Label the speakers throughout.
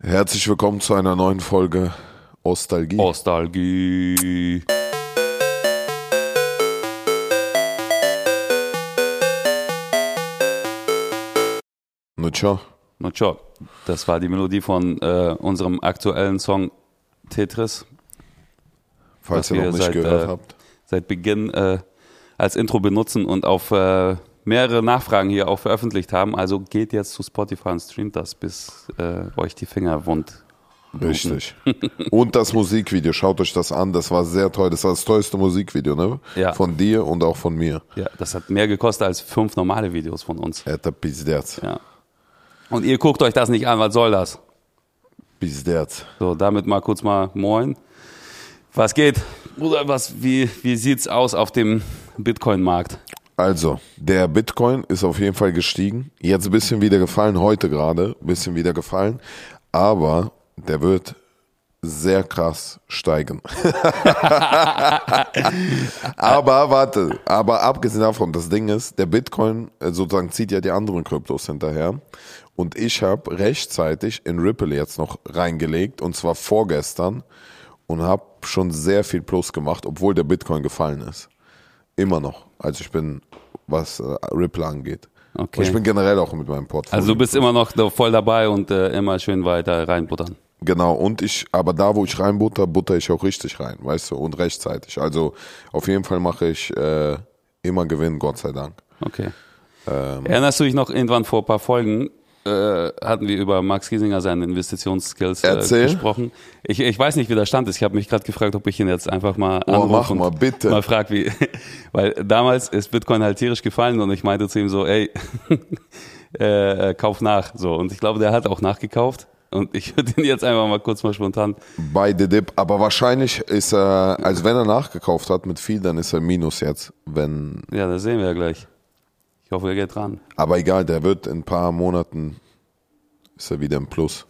Speaker 1: Herzlich willkommen zu einer neuen Folge Ostalgie.
Speaker 2: Ostalgie.
Speaker 1: Na tja,
Speaker 2: Na tja, das war die Melodie von unserem aktuellen Song Tetris,
Speaker 1: falls
Speaker 2: was
Speaker 1: ihr
Speaker 2: wir
Speaker 1: noch nicht gehört habt.
Speaker 2: seit Beginn als Intro benutzen und auf mehrere Nachfragen hier auch veröffentlicht haben. Also geht jetzt zu Spotify und streamt das, bis euch die Finger wund.
Speaker 1: Richtig. Und das Musikvideo, schaut euch das an, das war sehr toll. Das war das teuerste Musikvideo, ne?
Speaker 2: Ja.
Speaker 1: Von dir und auch von mir.
Speaker 2: Ja, das hat mehr gekostet als 5 normale Videos von uns.
Speaker 1: Это пиздец.
Speaker 2: Ja. Und ihr guckt euch das nicht an, was soll das?
Speaker 1: Пиздец.
Speaker 2: So, damit mal kurz mal moin. Was geht? Bruder, wie sieht's aus auf dem Bitcoin-Markt?
Speaker 1: Also, der Bitcoin ist auf jeden Fall gestiegen. Jetzt ein bisschen wieder gefallen, heute gerade ein bisschen wieder gefallen. Aber der wird sehr krass steigen. Aber warte, aber abgesehen davon, das Ding ist, der Bitcoin sozusagen zieht ja die anderen Kryptos hinterher. Und ich habe rechtzeitig in Ripple jetzt noch reingelegt, und zwar vorgestern, und habe schon sehr viel Plus gemacht, obwohl der Bitcoin gefallen ist. Immer noch. Also ich bin, was Ripple angeht.
Speaker 2: Okay.
Speaker 1: Und ich bin generell auch mit meinem Portfolio.
Speaker 2: Also du bist immer noch voll dabei und immer schön weiter reinbuttern.
Speaker 1: Genau, und aber da, wo ich reinbutter, butter ich auch richtig rein, weißt du, und rechtzeitig. Also auf jeden Fall mache ich immer Gewinn, Gott sei Dank.
Speaker 2: Okay. Erinnerst du dich noch, irgendwann vor ein paar Folgen hatten wir über Max Giesinger seine Investitionsskills gesprochen. Ich weiß nicht, wie der Stand ist. Ich habe mich gerade gefragt, ob ich ihn jetzt einfach mal anrufe
Speaker 1: mach mal, bitte.
Speaker 2: Mal frag, wie, weil damals ist Bitcoin halt tierisch gefallen und ich meinte zu ihm so, ey, kauf nach. So, und ich glaube, der hat auch nachgekauft. Und ich würde ihn jetzt einfach mal kurz mal spontan.
Speaker 1: Bei The Dip, aber wahrscheinlich ist er, also wenn er nachgekauft hat mit viel, dann ist er Minus jetzt, wenn.
Speaker 2: Ja, das sehen wir ja gleich. Ich hoffe, er geht dran.
Speaker 1: Aber egal, der wird in ein paar Monaten, ist er wieder im Plus.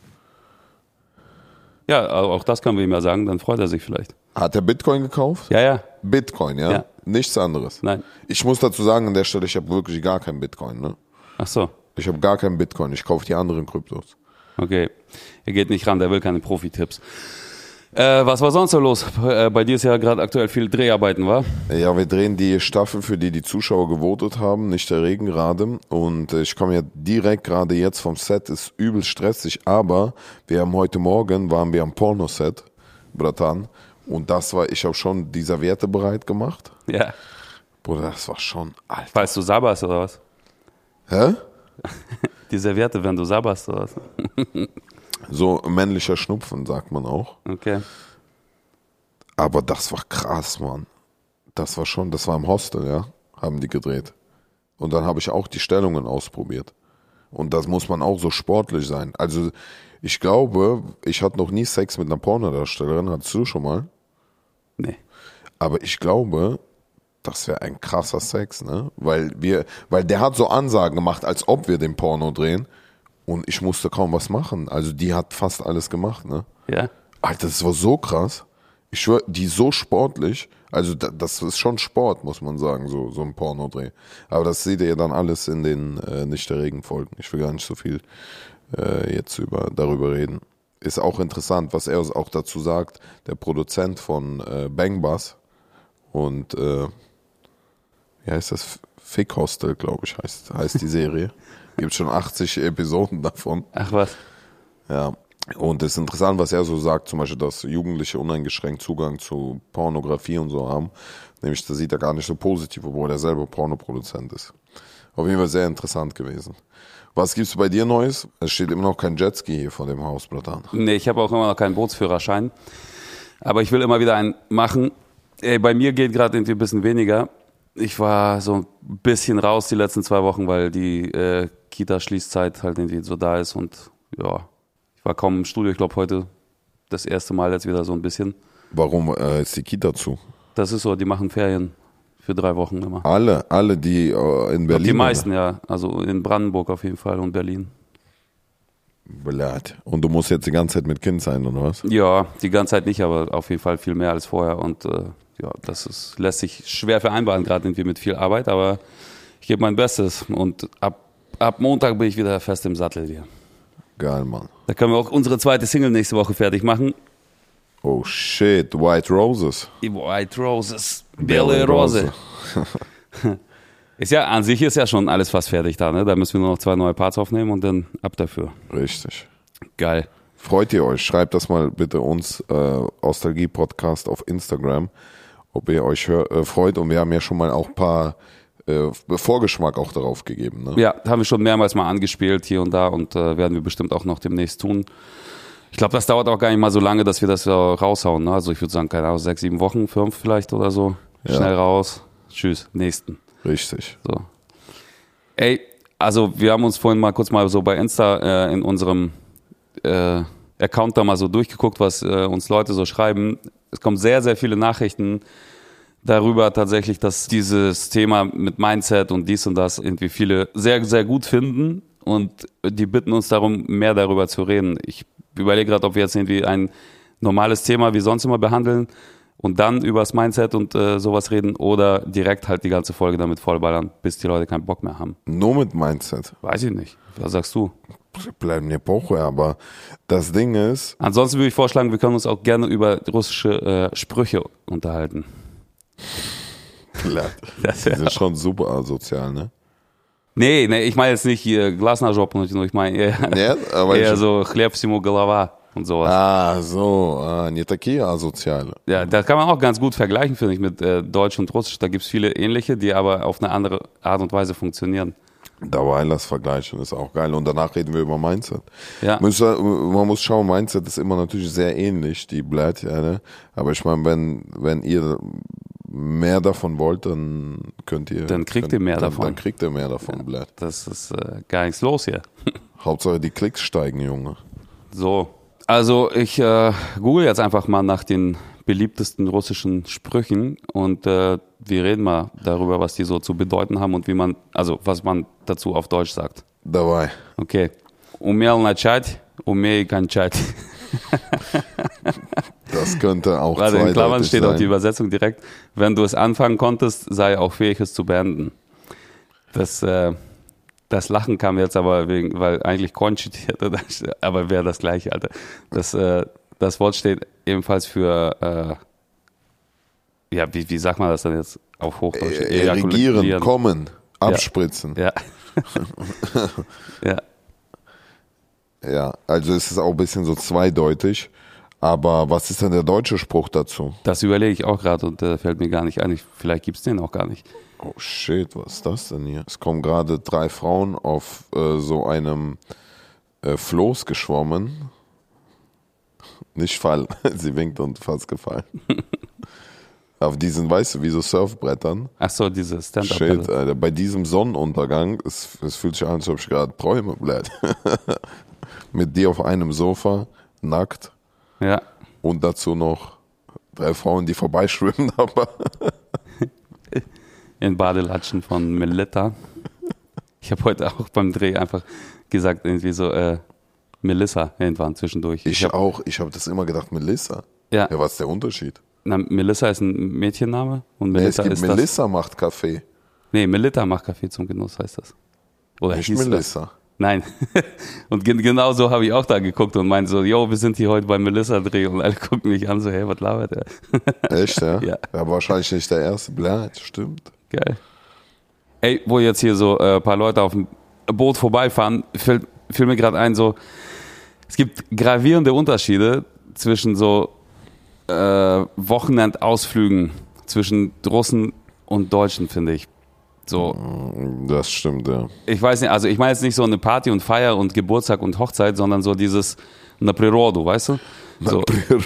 Speaker 2: Ja, auch das können wir ihm ja sagen, dann freut er sich vielleicht.
Speaker 1: Hat er Bitcoin gekauft?
Speaker 2: Ja, ja.
Speaker 1: Bitcoin, ja?
Speaker 2: Ja.
Speaker 1: Nichts anderes?
Speaker 2: Nein.
Speaker 1: Ich muss dazu sagen, an der Stelle, ich habe wirklich gar kein Bitcoin, ne?
Speaker 2: Ach so.
Speaker 1: Ich habe gar kein Bitcoin, ich kaufe die anderen Kryptos.
Speaker 2: Okay. Er geht nicht ran, der will keine Profi-Tipps. Was war sonst so los? Bei dir ist ja gerade aktuell viel Dreharbeiten, wa?
Speaker 1: Ja, wir drehen die Staffel, für die Zuschauer gewotet haben, nicht der Regen gerade. Und ich komme ja direkt gerade jetzt vom Set, ist übel stressig. Aber wir haben heute Morgen, waren wir am Pornoset, Bratan. Und das war, ich habe schon die Serviette bereit gemacht.
Speaker 2: Ja.
Speaker 1: Bruder, das war schon, Alter.
Speaker 2: Weißt du sabberst oder was?
Speaker 1: Hä?
Speaker 2: Die Serviette, wenn du sabberst oder was?
Speaker 1: So männlicher Schnupfen, sagt man auch.
Speaker 2: Okay.
Speaker 1: Aber das war krass, Mann. Das war im Hostel, ja, haben die gedreht. Und dann habe ich auch die Stellungen ausprobiert. Und das muss man auch so sportlich sein. Also ich glaube, ich hatte noch nie Sex mit einer Pornodarstellerin. Hattest du schon mal?
Speaker 2: Nee.
Speaker 1: Aber ich glaube, das wäre ein krasser Sex, ne? Weil der hat so Ansagen gemacht, als ob wir den Porno drehen. Und ich musste kaum was machen. Also die hat fast alles gemacht, ne?
Speaker 2: Ja?
Speaker 1: Alter, das war so krass. Ich schwör, die so sportlich. Also das ist schon Sport, muss man sagen, so ein Pornodreh. Aber das seht ihr ja dann alles in den Nicht der Regen-Folgen. Ich will gar nicht so viel jetzt darüber reden. Ist auch interessant, was er auch dazu sagt. Der Produzent von Bang Bus und wie heißt das? Fick Hostel, glaube ich, heißt die Serie. Gibt schon 80 Episoden davon.
Speaker 2: Ach was?
Speaker 1: Ja. Und es ist interessant, was er so sagt, zum Beispiel, dass Jugendliche uneingeschränkt Zugang zu Pornografie und so haben. Nämlich, das sieht er gar nicht so positiv, obwohl er selber Pornoproduzent ist. Auf jeden Fall sehr interessant gewesen. Was gibt's bei dir Neues? Es steht immer noch kein Jetski hier vor dem Haus, Bratan.
Speaker 2: Nee, ich habe auch immer noch keinen Bootsführerschein. Aber ich will immer wieder einen machen. Bei mir geht gerade irgendwie ein bisschen weniger. Ich war so ein bisschen raus die letzten 2 Wochen, weil die Kita-Schließzeit halt irgendwie so da ist. Und ja, ich war kaum im Studio. Ich glaube, heute das erste Mal jetzt wieder so ein bisschen.
Speaker 1: Warum ist die Kita zu?
Speaker 2: Das ist so, die machen Ferien für 3 Wochen immer.
Speaker 1: Alle, die in Berlin.
Speaker 2: Die meisten, ja. Also in Brandenburg auf jeden Fall und Berlin.
Speaker 1: Blöd. Und du musst jetzt die ganze Zeit mit Kind sein, oder was?
Speaker 2: Ja, die ganze Zeit nicht, aber auf jeden Fall viel mehr als vorher. Und ja, lässt sich schwer vereinbaren, gerade irgendwie mit viel Arbeit, aber ich gebe mein Bestes. Und ab Montag bin ich wieder fest im Sattel hier.
Speaker 1: Geil, Mann.
Speaker 2: Da können wir auch unsere zweite Single nächste Woche fertig machen.
Speaker 1: Oh shit, White Roses.
Speaker 2: White Roses, Belle Rose. An sich ist ja schon alles fast fertig da, ne? Da müssen wir nur noch 2 neue Parts aufnehmen und dann ab dafür.
Speaker 1: Richtig.
Speaker 2: Geil.
Speaker 1: Freut ihr euch? Schreibt das mal bitte uns, Ostalgie Podcast auf Instagram, ob ihr euch freut. Und wir haben ja schon mal auch ein paar Vorgeschmack auch darauf gegeben. Ne?
Speaker 2: Ja, haben wir schon mehrmals mal angespielt hier und da und werden wir bestimmt auch noch demnächst tun. Ich glaube, das dauert auch gar nicht mal so lange, dass wir das raushauen. Ne? Also ich würde sagen, keine Ahnung, 6, 7 Wochen, 5 vielleicht oder so. Schnell raus. Tschüss, nächsten.
Speaker 1: Richtig.
Speaker 2: So. Ey, also wir haben uns vorhin mal kurz mal so bei Insta in unserem Account da mal so durchgeguckt, was uns Leute so schreiben. Es kommen sehr, sehr viele Nachrichten darüber tatsächlich, dass dieses Thema mit Mindset und dies und das irgendwie viele sehr, sehr gut finden und die bitten uns darum, mehr darüber zu reden. Ich überlege gerade, ob wir jetzt irgendwie ein normales Thema wie sonst immer behandeln und dann über das Mindset und sowas reden oder direkt halt die ganze Folge damit vollballern, bis die Leute keinen Bock mehr haben.
Speaker 1: Nur mit Mindset?
Speaker 2: Weiß ich nicht. Was sagst du?
Speaker 1: Bleiben eine Woche, aber das Ding ist...
Speaker 2: Ansonsten würde ich vorschlagen, wir können uns auch gerne über russische Sprüche unterhalten.
Speaker 1: Die sind schon super asozial, ne?
Speaker 2: Nee, ich meine jetzt nicht hier Glasnerjob, ich meine eher so Chlepsimo Голова und sowas.
Speaker 1: Ah, so, не такие asoziale.
Speaker 2: Ja, das kann man auch ganz gut vergleichen, finde ich, mit Deutsch und Russisch. Da gibt es viele ähnliche, die aber auf eine andere Art und Weise funktionieren.
Speaker 1: Dabei das Vergleichen ist auch geil. Und danach reden wir über Mindset.
Speaker 2: Ja.
Speaker 1: Man muss schauen, Mindset ist immer natürlich sehr ähnlich, die bleibt ja, ne? Aber ich meine, wenn ihr mehr davon wollt, dann könnt ihr...
Speaker 2: Dann kriegt ihr mehr davon.
Speaker 1: Dann kriegt ihr mehr davon, bleibt.
Speaker 2: Das ist gar nichts los hier.
Speaker 1: Hauptsache die Klicks steigen, Junge.
Speaker 2: So, also ich google jetzt einfach mal nach den beliebtesten russischen Sprüchen und wir reden mal darüber, was die so zu bedeuten haben und was man dazu auf Deutsch sagt.
Speaker 1: Dabei.
Speaker 2: Okay. Умел начать, умей кончать.
Speaker 1: Das könnte auch
Speaker 2: Also in Klammern steht
Speaker 1: sein.
Speaker 2: auch die Übersetzung direkt. Wenn du es anfangen konntest, sei auch fähig, es zu beenden. Das Lachen kam jetzt aber weil eigentlich konchit, aber wäre das gleiche, Alter. Das Wort steht ebenfalls für, wie sagt man das denn jetzt auf Hochdeutsch?
Speaker 1: Regieren, kommen, abspritzen.
Speaker 2: Ja. Ja.
Speaker 1: Ja, also es ist auch ein bisschen so zweideutig. Aber was ist denn der deutsche Spruch dazu?
Speaker 2: Das überlege ich auch gerade und fällt mir gar nicht ein. Vielleicht gibt es den auch gar nicht.
Speaker 1: Oh shit, was ist das denn hier? Es kommen gerade 3 Frauen auf so einem Floß geschwommen. Nicht fallen, sie winkt und fast gefallen. Auf diesen, weißt du, wie so Surfbrettern.
Speaker 2: Ach so, diese Stand-Up.
Speaker 1: Shit, Alter, bei diesem Sonnenuntergang, es fühlt sich an, als ob ich gerade träume, blöd. Mit dir auf einem Sofa, nackt.
Speaker 2: Ja.
Speaker 1: Und dazu noch 3 Frauen, die vorbeischwimmen, aber...
Speaker 2: In Badelatschen von Melita. Ich habe heute auch beim Dreh einfach gesagt, irgendwie so, Melissa irgendwann zwischendurch.
Speaker 1: Ich habe das immer gedacht, Melissa.
Speaker 2: Ja.
Speaker 1: Was ist der Unterschied?
Speaker 2: Na, Melissa ist ein Mädchenname und Melissa ist
Speaker 1: Melissa macht Kaffee.
Speaker 2: Nee, Melita macht Kaffee zum Genuss, heißt das. Oder
Speaker 1: nicht
Speaker 2: hieß
Speaker 1: Melissa.
Speaker 2: Das? Nein. Und genau so habe ich auch da geguckt und meinte so, yo, wir sind hier heute beim Melissa-Dreh und alle gucken mich an so, hey, was labert der?
Speaker 1: Echt, ja?
Speaker 2: Ja.
Speaker 1: Ja, wahrscheinlich nicht der erste. Blöd, stimmt.
Speaker 2: Geil. Ey, wo jetzt hier so ein paar Leute auf dem Boot vorbeifahren, fällt mir gerade ein, so, es gibt gravierende Unterschiede zwischen so Wochenendausflügen zwischen Russen und Deutschen, finde ich. So.
Speaker 1: Das stimmt, ja.
Speaker 2: Ich weiß nicht, also ich meine jetzt nicht so eine Party und Feier und Geburtstag und Hochzeit, sondern so dieses na природу, weißt du? So.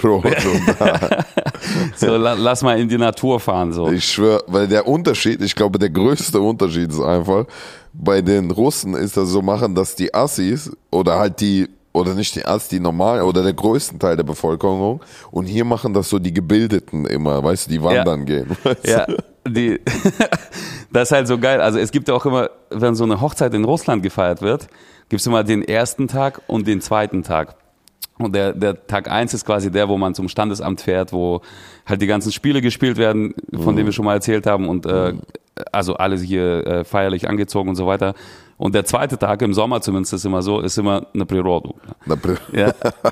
Speaker 2: So, lass mal in die Natur fahren. So.
Speaker 1: Ich schwöre, weil der Unterschied, ich glaube, der größte Unterschied ist einfach, bei den Russen ist das so machen, dass die Assis oder halt oder nicht die Assis, die normal oder der größten Teil der Bevölkerung und hier machen das so die Gebildeten immer, weißt du, die wandern gehen. Weißt
Speaker 2: Ja,
Speaker 1: du?
Speaker 2: Das ist halt so geil. Also es gibt ja auch immer, wenn so eine Hochzeit in Russland gefeiert wird, gibt es immer den ersten Tag und den zweiten Tag. Und der Tag 1 ist quasi der, wo man zum Standesamt fährt, wo halt die ganzen Spiele gespielt werden, von denen wir schon mal erzählt haben und also alle hier feierlich angezogen und so weiter. Und der zweite Tag, im Sommer zumindest ist immer so, ist immer eine Prirodu. Ja.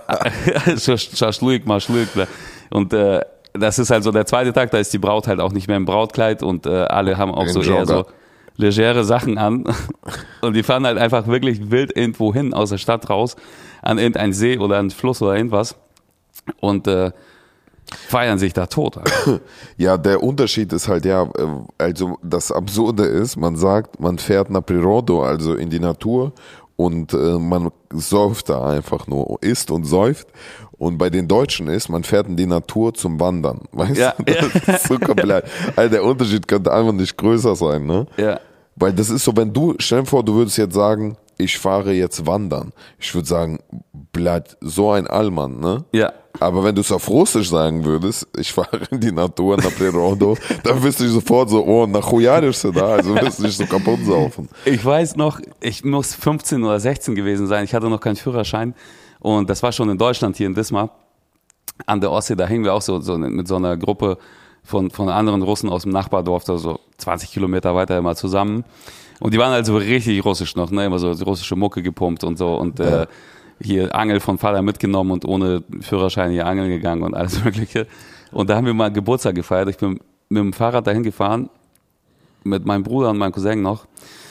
Speaker 2: Schaschlik, Maschlik. Und das ist halt so der zweite Tag, da ist die Braut halt auch nicht mehr im Brautkleid und alle haben auch so eher so legere Sachen an. Und die fahren halt einfach wirklich wild irgendwo hin, aus der Stadt raus, an irgendeinen See oder einen Fluss oder irgendwas. Und feiern sich da tot. Alter.
Speaker 1: Ja, der Unterschied ist halt, also das Absurde ist, man sagt, man fährt nach Prirodo, also in die Natur und man säuft da einfach nur, isst und säuft. Und bei den Deutschen ist, man fährt in die Natur zum Wandern. Weißt du? Das ist so komplett. Also der Unterschied könnte einfach nicht größer sein, ne?
Speaker 2: Ja.
Speaker 1: Weil das ist so, stell dir vor, du würdest jetzt sagen, ich fahre jetzt wandern. Ich würde sagen, bleib so ein Allmann, ne?
Speaker 2: Ja.
Speaker 1: Aber wenn du es auf Russisch sagen würdest, ich fahre in die Natur, nach Prirodo, dann wirst du sofort so, oh, nach Chujarischse da, also wirst du dich so kaputt saufen.
Speaker 2: Ich weiß noch, ich muss 15 oder 16 gewesen sein, ich hatte noch keinen Führerschein und das war schon in Deutschland, hier in Wismar, an der Ostsee, da hingen wir auch so mit so einer Gruppe von anderen Russen aus dem Nachbardorf, da so 20 Kilometer weiter immer zusammen. Und die waren halt so richtig russisch noch, ne, immer so russische Mucke gepumpt und so und hier Angel von Vater mitgenommen und ohne Führerschein hier angeln gegangen und alles Mögliche. Und da haben wir mal Geburtstag gefeiert. Ich bin mit dem Fahrrad dahin gefahren, mit meinem Bruder und meinem Cousin noch.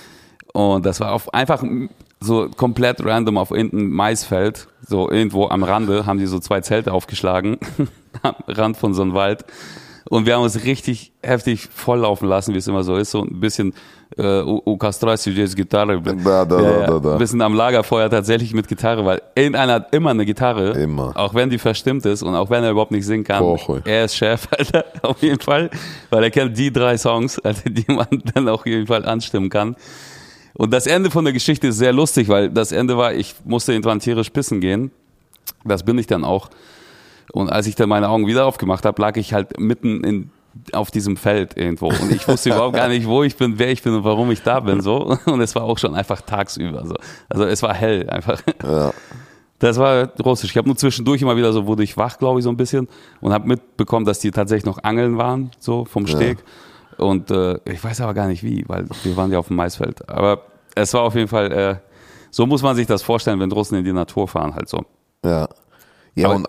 Speaker 2: Und das war einfach so komplett random auf irgendeinem Maisfeld, so irgendwo am Rande haben die so 2 Zelte aufgeschlagen, am Rand von so einem Wald. Und wir haben uns richtig heftig volllaufen lassen, wie es immer so ist, so ein bisschen у костра сидеть Gitarre. Ein bisschen am Lagerfeuer tatsächlich mit Gitarre, weil irgendeiner hat immer eine Gitarre, auch wenn die verstimmt ist und auch wenn er überhaupt nicht singen kann. Er ist Chef, Alter, auf jeden Fall, weil er kennt die 3 Songs, also die man dann auf jeden Fall anstimmen kann. Und das Ende von der Geschichte ist sehr lustig, weil das Ende war, ich musste irgendwann tierisch pissen gehen. Das bin ich dann auch. Und als ich dann meine Augen wieder aufgemacht habe, lag ich halt mitten auf diesem Feld irgendwo. Und ich wusste überhaupt gar nicht, wo ich bin, wer ich bin und warum ich da bin. So. Und es war auch schon einfach tagsüber. So. Also es war hell einfach. Ja. Das war russisch. Ich habe nur zwischendurch immer wieder so, wurde ich wach, glaube ich, so ein bisschen. Und habe mitbekommen, dass die tatsächlich noch angeln waren, so vom Steg. Ja. Und ich weiß aber gar nicht wie, weil wir waren ja auf dem Maisfeld. Aber es war auf jeden Fall, so muss man sich das vorstellen, wenn Russen in die Natur fahren, halt so.
Speaker 1: Ja. Ja, aber und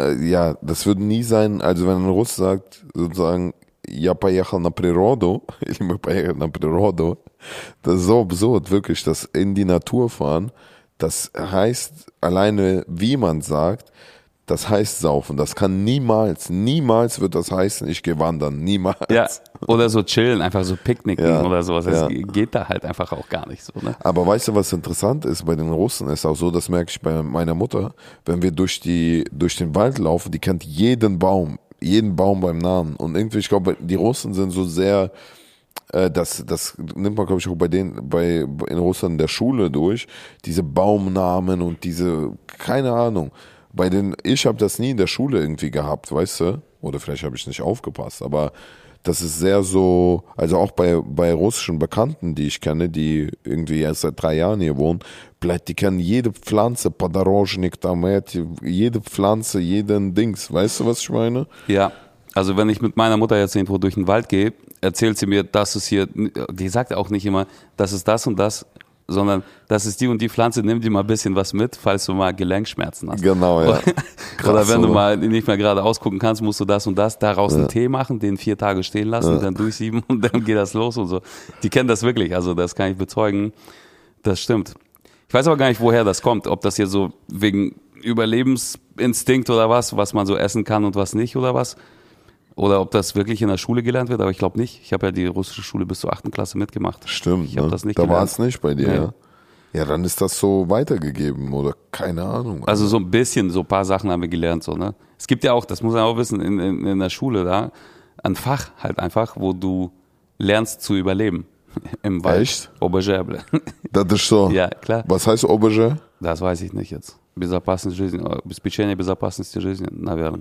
Speaker 1: das würde nie sein, also wenn ein Russ sagt, sozusagen, я поехал на природу, или мы поехали на природу, das ist so absurd, wirklich, das in die Natur fahren, das heißt, alleine wie man sagt, das heißt saufen, das kann niemals wird das heißen, ich gehe wandern, niemals.
Speaker 2: Ja, oder so chillen, einfach so picknicken oder sowas, das geht da halt einfach auch gar nicht so. Ne?
Speaker 1: Aber weißt du, was interessant ist bei den Russen, ist auch so, das merke ich bei meiner Mutter, wenn wir durch den Wald laufen, die kennt jeden Baum beim Namen und irgendwie, ich glaube, die Russen sind so sehr, das nimmt man, glaube ich, auch in Russland in der Schule durch, diese Baumnamen und diese, keine Ahnung. Ich habe das nie in der Schule irgendwie gehabt, weißt du? Oder vielleicht habe ich nicht aufgepasst, aber das ist sehr so, also auch bei russischen Bekannten, die ich kenne, die irgendwie erst seit 3 Jahren hier wohnen, die kennen jede Pflanze, Podorожник, jede Pflanze, jeden Dings, weißt du, was ich meine?
Speaker 2: Ja, also wenn ich mit meiner Mutter jetzt irgendwo durch den Wald gehe, erzählt sie mir, dass es hier, die sagt auch nicht immer, das ist das und das, sondern das ist die und die Pflanze, nimm dir mal ein bisschen was mit, falls du mal Gelenkschmerzen hast.
Speaker 1: Genau, ja.
Speaker 2: Krass, oder wenn du mal nicht mehr gerade ausgucken kannst, musst du das und das, daraus einen Tee machen, den 4 Tage stehen lassen, dann durchsieben und dann geht das los und so. Die kennen das wirklich, also das kann ich bezeugen, das stimmt. Ich weiß aber gar nicht, woher das kommt, ob das hier so wegen Überlebensinstinkt oder was man so essen kann und was nicht oder was. Oder ob das wirklich in der Schule gelernt wird, aber ich glaube nicht. Ich habe ja die russische Schule bis zur 8. Klasse mitgemacht.
Speaker 1: Stimmt,
Speaker 2: ich habe das nicht
Speaker 1: da
Speaker 2: gelernt.
Speaker 1: war es nicht bei dir, ja? Ja, dann ist das so weitergegeben oder keine Ahnung.
Speaker 2: Also so ein bisschen, so ein paar Sachen haben wir gelernt. So, ne? Es gibt ja auch, das muss man auch wissen, in der Schule da, ein Fach halt einfach, wo du lernst zu überleben. Im Wald.
Speaker 1: Echt?
Speaker 2: Aubergine.
Speaker 1: Das ist so?
Speaker 2: Ja, klar.
Speaker 1: Was heißt Aubergine?
Speaker 2: Das weiß ich nicht jetzt. Безопасность жизни, обеспечение безопасности жизни, наверное.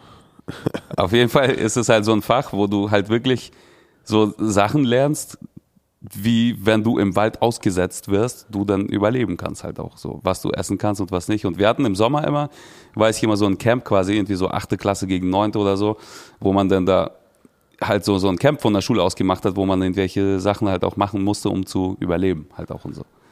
Speaker 2: Auf jeden Fall ist es halt so ein Fach, wo du halt wirklich so Sachen lernst, wie wenn du im Wald ausgesetzt wirst, du dann überleben kannst halt auch so, was du essen kannst und was nicht. Und wir hatten im Sommer weiß ich immer so ein Camp quasi, irgendwie so 8. Klasse gegen 9. oder so, wo man dann da halt so ein Camp von der Schule aus gemacht hat, wo man irgendwelche Sachen halt auch machen musste, um zu überleben halt auch und so.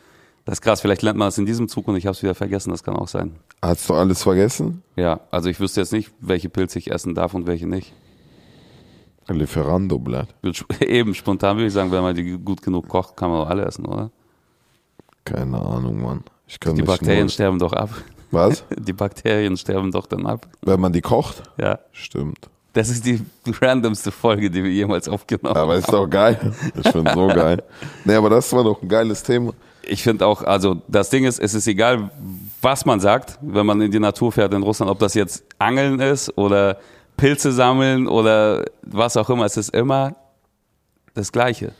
Speaker 2: Das ist krass, vielleicht lernt man das in diesem Zug und ich habe es wieder vergessen, das kann auch sein.
Speaker 1: Hast du alles vergessen?
Speaker 2: Ja, also ich wüsste jetzt nicht, welche Pilze ich essen darf und welche nicht.
Speaker 1: Lieferando, Blatt.
Speaker 2: Eben, spontan würde ich sagen, wenn man die gut genug kocht, kann man auch alle essen, oder?
Speaker 1: Keine Ahnung, Mann. Ich kann
Speaker 2: Die
Speaker 1: mich
Speaker 2: Bakterien
Speaker 1: nur...
Speaker 2: sterben doch ab.
Speaker 1: Was?
Speaker 2: Die Bakterien sterben doch dann ab.
Speaker 1: Wenn man die kocht?
Speaker 2: Ja.
Speaker 1: Stimmt.
Speaker 2: Das ist die randomste Folge, die wir jemals aufgenommen haben.
Speaker 1: Aber ist doch geil. Ich finde so geil. Nee, aber das war doch ein geiles Thema.
Speaker 2: Ich finde auch, also das Ding ist, es ist egal, was man sagt, wenn man in die Natur fährt in Russland, ob das jetzt Angeln ist oder Pilze sammeln oder was auch immer, es ist immer das Gleiche.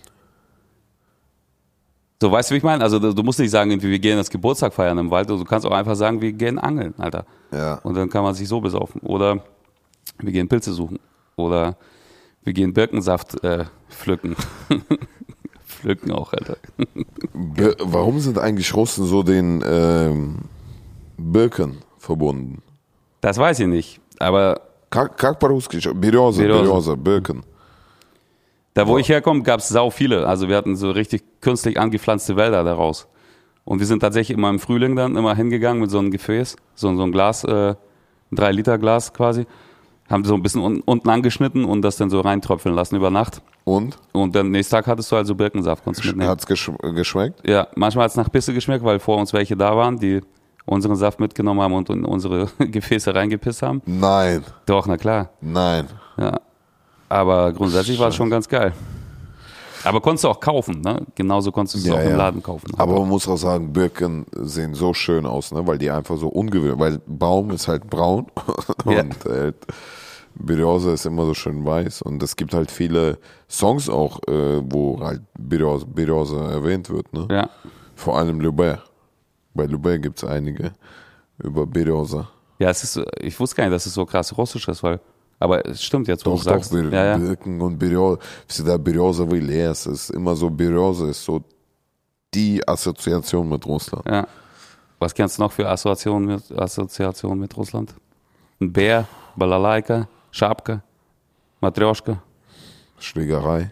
Speaker 2: So, weißt du, wie ich meine? Also du musst nicht sagen, irgendwie, wir gehen jetzt Geburtstag feiern im Wald, du kannst auch einfach sagen, wir gehen angeln, Alter.
Speaker 1: Ja.
Speaker 2: Und dann kann man sich so besaufen. Oder wir gehen Pilze suchen. Oder wir gehen Birkensaft pflücken. Pflücken auch, Alter.
Speaker 1: Warum sind eigentlich Russen so den Birken verbunden?
Speaker 2: Das weiß ich nicht, aber
Speaker 1: Как по-русски? Береза, Birken.
Speaker 2: da, wo ich herkomme, gab es sau viele. Also wir hatten so richtig künstlich angepflanzte Wälder daraus. Und wir sind tatsächlich immer im Frühling dann immer hingegangen mit so einem Gefäß, so ein Glas, 3-Liter-Glas quasi, haben so ein bisschen unten angeschnitten und das dann so reintröpfeln lassen über Nacht.
Speaker 1: Und?
Speaker 2: Und dann nächsten Tag hattest du also Birkensaft, konntest du mitnehmen.
Speaker 1: Hat's geschmeckt?
Speaker 2: Ja, manchmal hat es nach Pisse geschmeckt, weil vor uns welche da waren, die unseren Saft mitgenommen haben und in unsere Gefäße reingepisst haben.
Speaker 1: Nein.
Speaker 2: Doch, na klar.
Speaker 1: Nein.
Speaker 2: Ja. Aber grundsätzlich war es schon ganz geil. Aber konntest du auch kaufen, ne? Genauso konntest du es auch im Laden kaufen.
Speaker 1: Aber man muss auch sagen, Birken sehen so schön aus, ne? Weil die einfach so ungewöhnlich, weil Baum ist halt braun und Beriosa ist immer so schön weiß und es gibt halt viele Songs auch, wo halt Beriosa erwähnt wird, ne?
Speaker 2: Ja.
Speaker 1: Vor allem Любэ. Bei Любэ gibt es einige über Beriosa.
Speaker 2: Ja, es ist, ich wusste gar nicht, dass es so krass russisch ist, weil, aber es stimmt jetzt, wo du sagst.
Speaker 1: Birken und Beriosa, всегда березовый лес, es ist immer so, Beriosa ist so die Assoziation mit Russland.
Speaker 2: Ja. Was kennst du noch für Assoziationen mit Russland? Ein Bär, Balalaika, Schapka, Matryoshka.
Speaker 1: Schlägerei.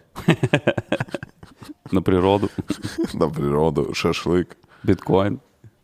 Speaker 2: На природу.
Speaker 1: На природу, Шашлык.
Speaker 2: Bitcoin.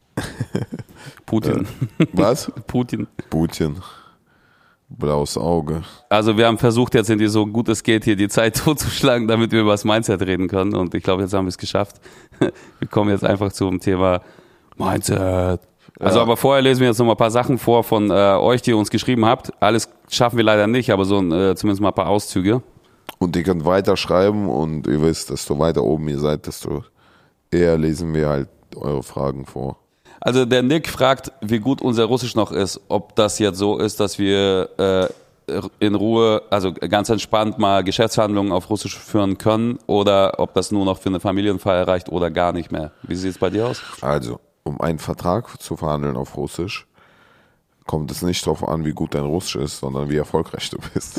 Speaker 2: Putin.
Speaker 1: Was?
Speaker 2: Putin.
Speaker 1: Putin. Blaues Auge.
Speaker 2: Also wir haben versucht jetzt so gut es geht hier die Zeit totzuschlagen, damit wir über das Mindset reden können und ich glaube, jetzt haben wir es geschafft. Wir kommen jetzt einfach zum Thema Mindset. Also aber vorher lesen wir jetzt noch mal ein paar Sachen vor von euch, die ihr uns geschrieben habt. Alles schaffen wir leider nicht, aber so zumindest mal ein paar Auszüge.
Speaker 1: Und ihr könnt weiter schreiben und ihr wisst, desto weiter oben ihr seid, desto eher lesen wir halt eure Fragen vor.
Speaker 2: Also der Nick fragt, wie gut unser Russisch noch ist, ob das jetzt so ist, dass wir in Ruhe, also ganz entspannt mal Geschäftsverhandlungen auf Russisch führen können oder ob das nur noch für eine Familienfeier reicht oder gar nicht mehr. Wie sieht es bei dir aus?
Speaker 1: Also, um einen Vertrag zu verhandeln auf Russisch, kommt es nicht darauf an, wie gut dein Russisch ist, sondern wie erfolgreich du bist.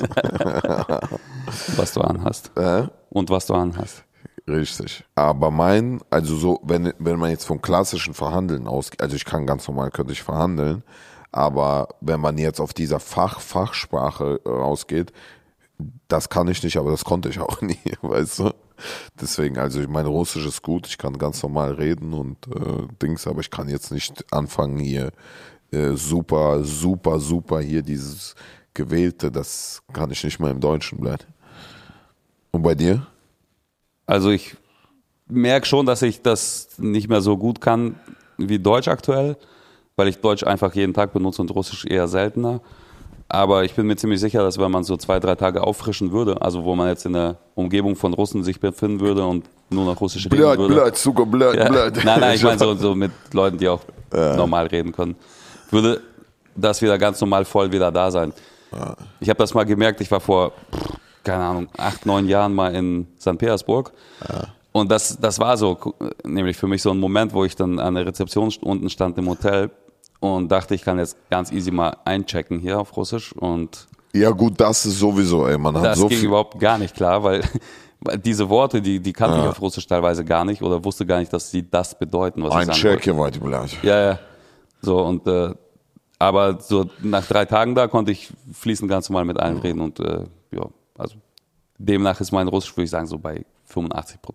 Speaker 2: Was du anhast. Und was du anhast.
Speaker 1: Richtig. Aber also so, wenn man jetzt vom klassischen Verhandeln ausgeht, also ich kann ganz normal, könnte ich verhandeln, aber wenn man jetzt auf dieser Fachsprache ausgeht, das kann ich nicht, aber das konnte ich auch nie, weißt du? Deswegen, also mein Russisch ist gut, ich kann ganz normal reden und Dings, aber ich kann jetzt nicht anfangen hier super hier dieses Gewählte, das kann ich nicht mal im Deutschen bleiben. Und bei dir?
Speaker 2: Also ich merke schon, dass ich das nicht mehr so gut kann wie Deutsch aktuell, weil ich Deutsch einfach jeden Tag benutze und Russisch eher seltener. Aber ich bin mir ziemlich sicher, dass wenn man so 2-3 Tage auffrischen würde, also wo man jetzt in der Umgebung von Russen sich befinden würde und nur noch Russisch reden würde. Nein, ich meine so mit Leuten, die auch normal reden können, würde das wieder ganz normal voll wieder da sein. Ja. Ich habe das mal gemerkt, ich war vor, keine Ahnung, 8-9 Jahren mal in St. Petersburg. Ja. Und das war so, nämlich für mich so ein Moment, wo ich dann an der Rezeption unten stand im Hotel und dachte, ich kann jetzt ganz easy mal einchecken hier auf Russisch. Und
Speaker 1: ja gut, das ist sowieso, ey. Man hat
Speaker 2: das
Speaker 1: so
Speaker 2: ging überhaupt gar nicht klar, weil diese Worte, die kannte ich auf Russisch teilweise gar nicht oder wusste gar nicht, dass sie das bedeuten, was ich sagen wollte. Ja. So und aber so nach 3 Tagen da konnte ich fließend ganz normal mit allen reden und also demnach ist mein Russisch, würde ich sagen, so bei 85%.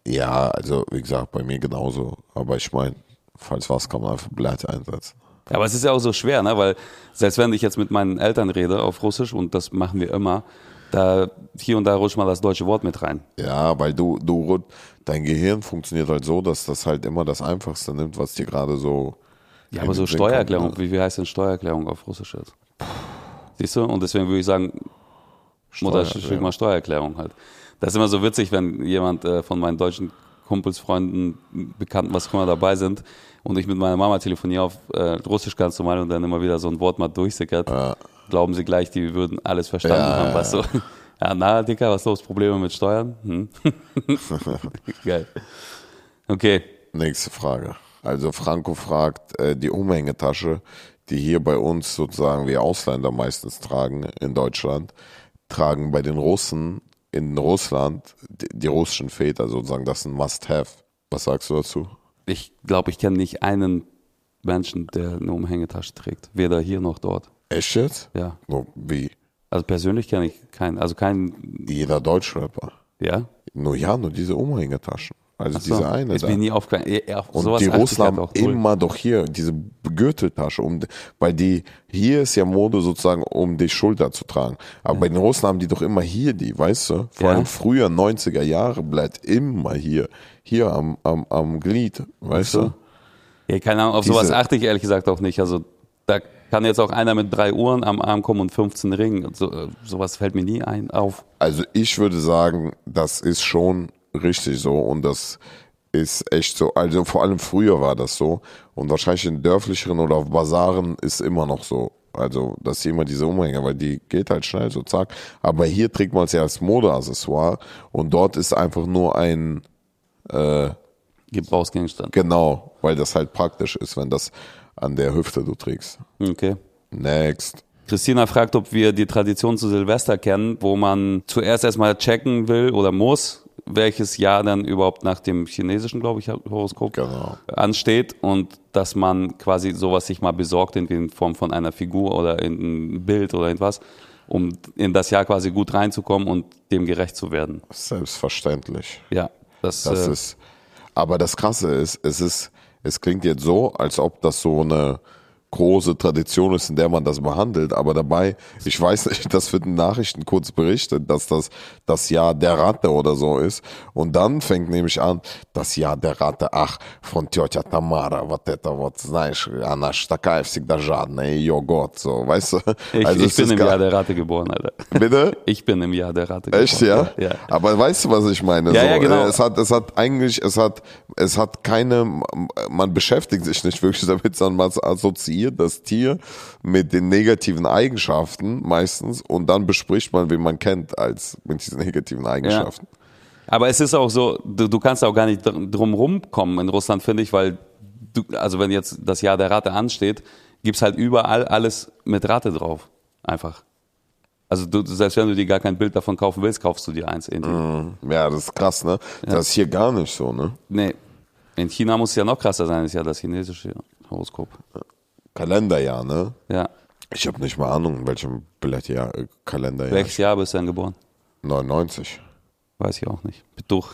Speaker 1: Ja, also wie gesagt, bei mir genauso. Aber ich meine, falls was, kann man einfach Blatt einsetzen.
Speaker 2: Ja, aber es ist ja auch so schwer, ne? Weil selbst wenn ich jetzt mit meinen Eltern rede auf Russisch, und das machen wir immer, da hier und da rutscht mal das deutsche Wort mit rein.
Speaker 1: Ja, weil dein Gehirn funktioniert halt so, dass das halt immer das Einfachste nimmt, was dir gerade so.
Speaker 2: Ja,
Speaker 1: in
Speaker 2: aber
Speaker 1: den
Speaker 2: so
Speaker 1: Sinn
Speaker 2: Steuererklärung,
Speaker 1: kommt, ne?
Speaker 2: wie heißt denn Steuererklärung auf Russisch jetzt? Siehst du? Und deswegen würde ich sagen, Mutter, schick mal Steuererklärung halt. Das ist immer so witzig, wenn jemand von meinen deutschen Kumpels, Freunden, Bekannten, was auch immer dabei sind und ich mit meiner Mama telefoniere auf Russisch ganz normal und dann immer wieder so ein Wort mal durchsickert, glauben sie gleich, die würden alles verstanden haben, was so. Ja, na, Dicker, was ist los? Probleme mit Steuern? Geil. Okay.
Speaker 1: Nächste Frage. Also Franco fragt, die Umhängetasche, die hier bei uns sozusagen wir Ausländer meistens tragen in Deutschland, tragen bei den Russen in Russland die russischen Väter sozusagen, das ist ein Must-Have. Was sagst du dazu?
Speaker 2: Ich glaube, ich kenne nicht einen Menschen, der eine Umhängetasche trägt. Weder hier noch dort.
Speaker 1: Echt jetzt?
Speaker 2: Ja.
Speaker 1: No, wie?
Speaker 2: Also persönlich kenne ich keinen. Also keinen.
Speaker 1: Jeder Deutschrapper.
Speaker 2: Ja?
Speaker 1: Nur diese Umhängetaschen. Also
Speaker 2: Ach so.
Speaker 1: diese eine
Speaker 2: Ist
Speaker 1: da.
Speaker 2: mir nie aufgefallen. Ja, auf
Speaker 1: Und
Speaker 2: sowas
Speaker 1: die
Speaker 2: achte ich
Speaker 1: Russen
Speaker 2: halt
Speaker 1: haben
Speaker 2: auch null.
Speaker 1: immer doch hier diese Gürteltasche, weil hier ist ja Mode sozusagen, um die Schulter zu tragen. Aber bei den Russen haben die doch immer hier die, weißt du? Vor allem früher 90er Jahre bleibt immer hier am Glied, weißt du?
Speaker 2: Ja, keine Ahnung, auf sowas achte ich ehrlich gesagt auch nicht. Also da kann jetzt auch einer mit 3 Uhren am Arm kommen und 15 Ringen. Sowas fällt mir nie auf.
Speaker 1: Also ich würde sagen, das ist schon richtig so und das ist echt so. Also vor allem früher war das so und wahrscheinlich in dörflicheren oder auf Basaren ist immer noch so. Also, dass sie immer diese Umhänge, weil die geht halt schnell, so zack. Aber hier trägt man es ja als Modeaccessoire und dort ist einfach nur ein
Speaker 2: Gebrauchsgegenstand.
Speaker 1: genau, weil das halt praktisch ist, wenn das an der Hüfte du trägst.
Speaker 2: Okay.
Speaker 1: Next.
Speaker 2: Christina fragt, ob wir die Tradition zu Silvester kennen, wo man zuerst erstmal checken will oder muss, welches Jahr dann überhaupt nach dem chinesischen, glaube ich, Horoskop ansteht und dass man quasi sowas sich mal besorgt, in Form von einer Figur oder in ein Bild oder irgendwas, um in das Jahr quasi gut reinzukommen und dem gerecht zu werden.
Speaker 1: Selbstverständlich.
Speaker 2: Ja, das
Speaker 1: ist, aber das Krasse ist, es klingt jetzt so, als ob das so eine große Tradition ist, in der man das behandelt, aber dabei, ich weiß nicht, das wird in Nachrichten kurz berichtet, dass das Jahr der Ratte oder so ist und dann fängt nämlich an, das Jahr der Ratte, ach, von Tетя Tamara, вот это вот, знаешь, она ж такая всегда жадная, ее год, so, weißt du?
Speaker 2: Ich bin im Jahr der Ratte geboren, Alter.
Speaker 1: Bitte?
Speaker 2: Ich bin im Jahr der Ratte geboren.
Speaker 1: Echt, ja?
Speaker 2: Ja.
Speaker 1: Aber weißt du, was ich meine?
Speaker 2: Ja,
Speaker 1: so,
Speaker 2: ja, genau.
Speaker 1: Es hat keine, man beschäftigt sich nicht wirklich damit, sondern man assoziiert das Tier mit den negativen Eigenschaften meistens und dann bespricht man, wen man kennt mit diesen negativen Eigenschaften.
Speaker 2: Ja. Aber es ist auch so, du kannst auch gar nicht drum rumkommen in Russland, finde ich, weil also wenn jetzt das Jahr der Ratte ansteht, gibt's halt überall alles mit Ratte drauf. Einfach. Also selbst wenn du dir gar kein Bild davon kaufen willst, kaufst du dir eins.
Speaker 1: Ja, das ist krass, ne? Ja. Das ist hier gar nicht so, ne?
Speaker 2: Nee. In China muss es ja noch krasser sein, das ist ja das chinesische Horoskop.
Speaker 1: Kalenderjahr, ne?
Speaker 2: Ja.
Speaker 1: Ich habe nicht mal Ahnung, in welchem Kalenderjahr.
Speaker 2: Welches Jahr bist du denn geboren?
Speaker 1: 99.
Speaker 2: Weiß ich auch nicht. Durch.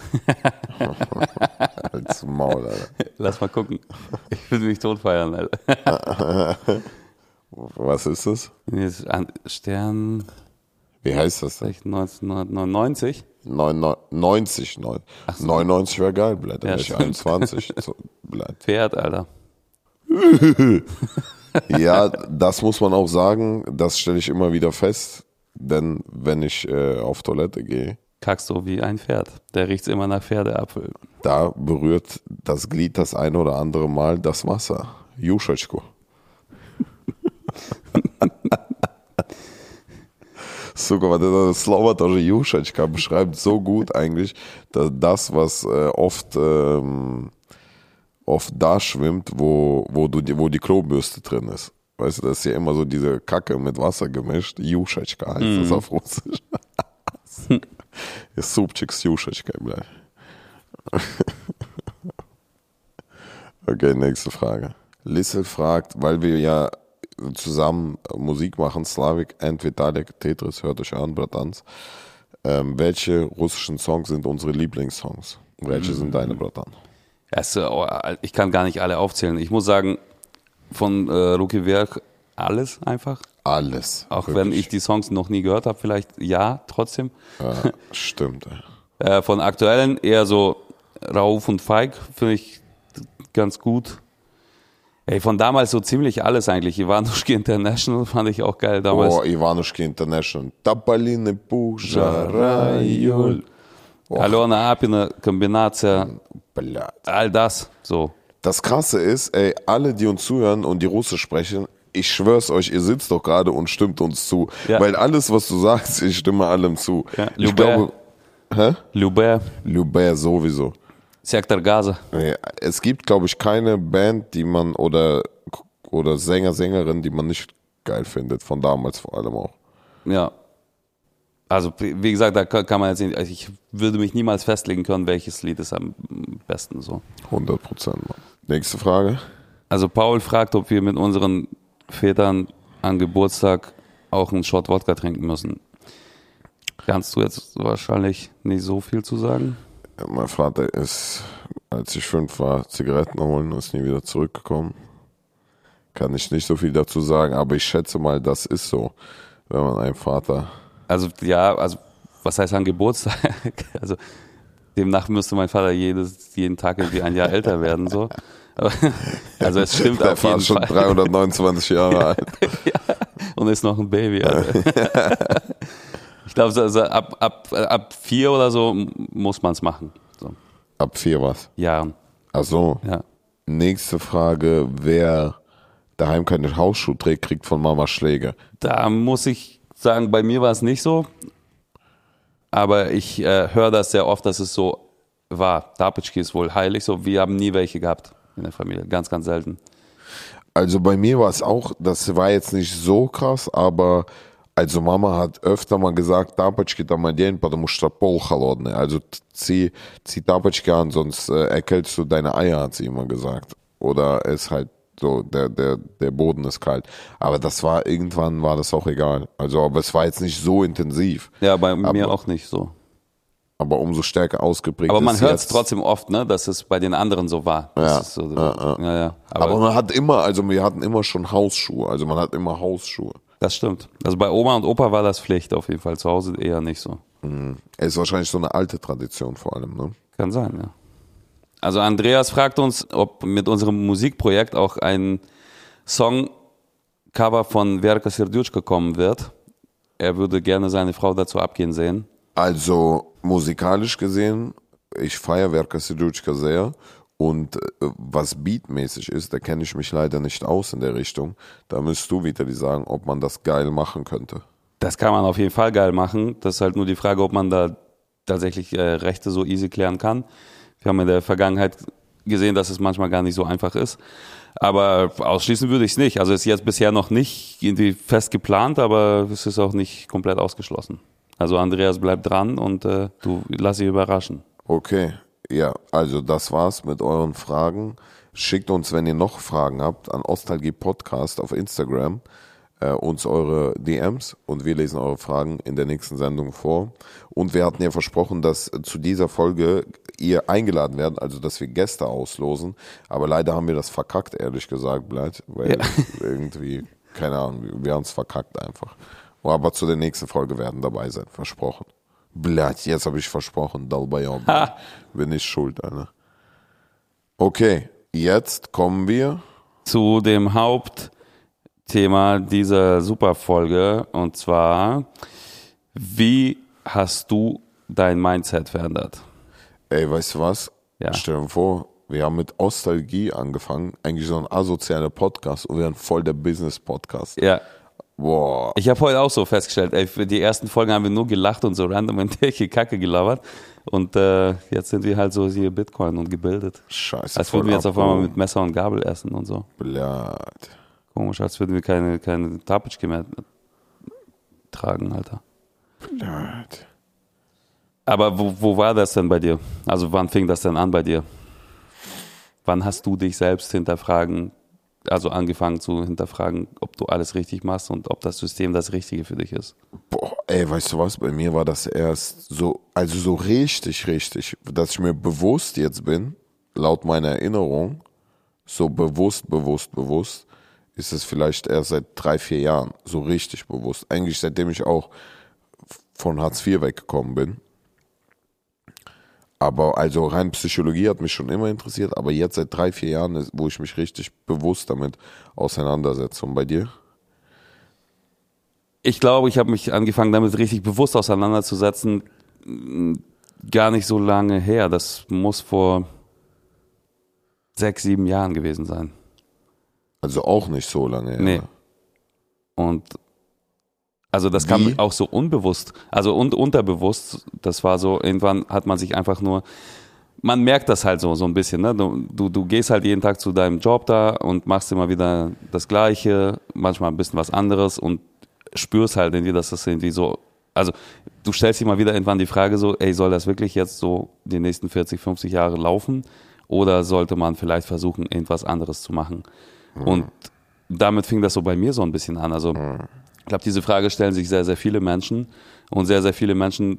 Speaker 1: Als Maul, Alter.
Speaker 2: Lass mal gucken. Ich will mich tot feiern, Alter.
Speaker 1: Was ist das?
Speaker 2: Stern.
Speaker 1: Wie heißt das?
Speaker 2: 1999?
Speaker 1: 99. 99 wäre geil, Blatt.
Speaker 2: Ja,
Speaker 1: 21. Blatt.
Speaker 2: Pferd, Alter.
Speaker 1: Ja, das muss man auch sagen. Das stelle ich immer wieder fest. Denn wenn ich auf Toilette gehe,
Speaker 2: kackst du wie ein Pferd. Der riecht immer nach Pferdeapfel.
Speaker 1: Da berührt das Glied das ein oder andere Mal das Wasser. Juschetschko. Сука, вот это слово тоже Юшечка beschreibt so gut eigentlich, dass das, was oft da schwimmt, wo die Klobürste drin ist. Weißt du, das ist ja immer so diese Kacke mit Wasser gemischt. Juschetschka heißt das auf Russisch. Супчик с Юшечкой, bля. Okay, nächste Frage. Lissel fragt, weil wir ja zusammen Musik machen, Slavik and Vitalik, Tetris, hört euch an, Bratans. Welche russischen Songs sind unsere Lieblingssongs? Welche sind deine, Bratan?
Speaker 2: Ich kann gar nicht alle aufzählen. Ich muss sagen, von Ruki Werk alles einfach.
Speaker 1: Alles.
Speaker 2: Auch
Speaker 1: wirklich.
Speaker 2: wenn ich die Songs noch nie gehört habe, vielleicht ja, trotzdem.
Speaker 1: Ja, stimmt.
Speaker 2: Von aktuellen eher so Rauf und Feig finde ich ganz gut. Ey, von damals so ziemlich alles eigentlich. Ivanushki International fand ich auch geil damals.
Speaker 1: Oh, Ivanushki International. Tapaline Puja, Rajul.
Speaker 2: Alona Apina, Kombinatia, all das, so.
Speaker 1: Das Krasse ist, ey, alle, die uns zuhören und die Russisch sprechen, ich schwör's euch, ihr sitzt doch gerade und stimmt uns zu. Ja. Weil alles, was du sagst, ich stimme allem zu. Ja. Ich glaube, Lubé sowieso.
Speaker 2: Sektor Gaza.
Speaker 1: Es gibt, glaube ich, keine Band, die man oder Sänger, Sängerin, die man nicht geil findet, von damals vor allem auch.
Speaker 2: Ja. Also, wie gesagt, da kann man jetzt nicht, also ich würde mich niemals festlegen können, welches Lied ist am besten so.
Speaker 1: 100%. Mann. Nächste Frage.
Speaker 2: Also, Paul fragt, ob wir mit unseren Vätern an Geburtstag auch einen Shot Wodka trinken müssen. Kannst du jetzt wahrscheinlich nicht so viel zu sagen?
Speaker 1: Ja, mein Vater ist, als ich 5 war, Zigaretten holen und ist nie wieder zurückgekommen. Kann ich nicht so viel dazu sagen, aber ich schätze mal, das ist so, wenn man einen Vater...
Speaker 2: Also ja, also was heißt an Geburtstag? Also demnach müsste mein Vater jeden Tag irgendwie ein Jahr älter werden, so. Aber, also es stimmt auf jeden Fall.
Speaker 1: Der war schon 329 Jahre alt.
Speaker 2: Ja, und ist noch ein Baby. Also. Ich glaube, also ab 4 oder so muss man es machen. So.
Speaker 1: Ab 4 was?
Speaker 2: Jahren.
Speaker 1: Ach so.
Speaker 2: Ja.
Speaker 1: Nächste Frage, wer daheim keine Hausschuhe trägt, kriegt von Mama Schläge.
Speaker 2: Da muss ich sagen, bei mir war es nicht so, aber ich höre das sehr oft, dass es so war. Tapetschki ist wohl heilig, so. Wir haben nie welche gehabt in der Familie, ganz, ganz selten.
Speaker 1: Also bei mir war es auch, das war jetzt nicht so krass, aber also Mama hat öfter mal gesagt, Tapetschki там одень, потому что пол холодный. Also zieh Tapetschki an, sonst erkältst du deine Eier, hat sie immer gesagt. Oder es halt so, der Boden ist kalt. Aber irgendwann war das auch egal. Also, aber es war jetzt nicht so intensiv.
Speaker 2: Ja, bei mir auch nicht so.
Speaker 1: Aber umso stärker ausgeprägt.
Speaker 2: Aber man hört es trotzdem oft, ne, dass es bei den anderen so war.
Speaker 1: Ja.
Speaker 2: So,
Speaker 1: ja. Aber man hat immer, also wir hatten immer schon Hausschuhe. Also man hat immer Hausschuhe.
Speaker 2: Das stimmt. Also bei Oma und Opa war das Pflicht auf jeden Fall. Zu Hause eher nicht so.
Speaker 1: Ist wahrscheinlich so eine alte Tradition vor allem, ne?
Speaker 2: Kann sein, ja. Also Andreas fragt uns, ob mit unserem Musikprojekt auch ein Songcover von Verka Serduchka kommen wird. Er würde gerne seine Frau dazu abgehen sehen.
Speaker 1: Also musikalisch gesehen, ich feiere Verka Serduchka sehr. Und was beatmäßig ist, da kenne ich mich leider nicht aus in der Richtung. Da müsst du, Vitali, sagen, ob man das geil machen könnte.
Speaker 2: Das kann man auf jeden Fall geil machen. Das ist halt nur die Frage, ob man da tatsächlich Rechte so easy klären kann. Wir haben in der Vergangenheit gesehen, dass es manchmal gar nicht so einfach ist. Aber ausschließen würde ich es nicht. Also es ist jetzt bisher noch nicht irgendwie fest geplant, aber es ist auch nicht komplett ausgeschlossen. Also Andreas, bleib dran und du lass dich überraschen.
Speaker 1: Okay, ja, also das war's mit euren Fragen. Schickt uns, wenn ihr noch Fragen habt, an Ostalgie Podcast auf Instagram uns eure DMs und wir lesen eure Fragen in der nächsten Sendung vor. Und wir hatten ja versprochen, dass zu dieser Folge ihr eingeladen werdet, also dass wir Gäste auslosen. Aber leider haben wir das verkackt, ehrlich gesagt, weil irgendwie, keine Ahnung, wir haben es verkackt einfach. Aber zu der nächsten Folge werden dabei sein, versprochen. Jetzt habe ich versprochen, Dalbayom. Bin ich schuld, Alter. Okay, jetzt kommen wir
Speaker 2: zu dem Hauptthema dieser Superfolge, und zwar, wie hast du dein Mindset verändert?
Speaker 1: Ey, weißt du was?
Speaker 2: Ja.
Speaker 1: Stell dir vor, wir haben mit Ostalgie angefangen, eigentlich so ein asozialer Podcast und wir waren voll der Business-Podcast.
Speaker 2: Ja.
Speaker 1: Boah.
Speaker 2: Ich habe heute auch so festgestellt, ey, für die ersten Folgen haben wir nur gelacht und so random in welche Kacke gelabert. Und jetzt sind wir halt so hier Bitcoin und gebildet.
Speaker 1: Scheiße.
Speaker 2: Als würden wir jetzt auf einmal mit Messer und Gabel essen und so.
Speaker 1: Blatt.
Speaker 2: Komisch, als würden wir keine Tapetschki mehr tragen, Alter.
Speaker 1: Blatt.
Speaker 2: Aber wo war das denn bei dir? Also wann fing das denn an bei dir? Wann hast du dich selbst hinterfragen also angefangen zu hinterfragen, ob du alles richtig machst und ob das System das Richtige für dich ist?
Speaker 1: Boah, ey, weißt du was? Bei mir war das erst so, also so richtig, dass ich mir bewusst jetzt bin, laut meiner Erinnerung, so bewusst, ist es vielleicht erst seit 3-4 Jahren, so richtig bewusst. Eigentlich seitdem ich auch von Hartz IV weggekommen bin. Aber also rein Psychologie hat mich schon immer interessiert, aber jetzt seit 3-4 Jahren, wo ich mich richtig bewusst damit auseinandersetze. Und bei dir?
Speaker 2: Ich glaube, ich habe mich angefangen, damit richtig bewusst auseinanderzusetzen, gar nicht so lange her. Das muss vor 6-7 Jahren gewesen sein.
Speaker 1: Also auch nicht so lange her.
Speaker 2: Nee. Und also das kam auch so unbewusst, also und unterbewusst, das war so, irgendwann hat man sich einfach nur, man merkt das halt so ein bisschen, ne? Du gehst halt jeden Tag zu deinem Job da und machst immer wieder das Gleiche, manchmal ein bisschen was anderes und spürst halt irgendwie, dass das irgendwie so, also du stellst dir mal wieder irgendwann die Frage so, ey, soll das wirklich jetzt so die nächsten 40, 50 Jahre laufen oder sollte man vielleicht versuchen, irgendwas anderes zu machen? Und damit fing das so bei mir so ein bisschen an, also ich glaube, diese Frage stellen sich sehr, sehr viele Menschen und sehr, sehr viele Menschen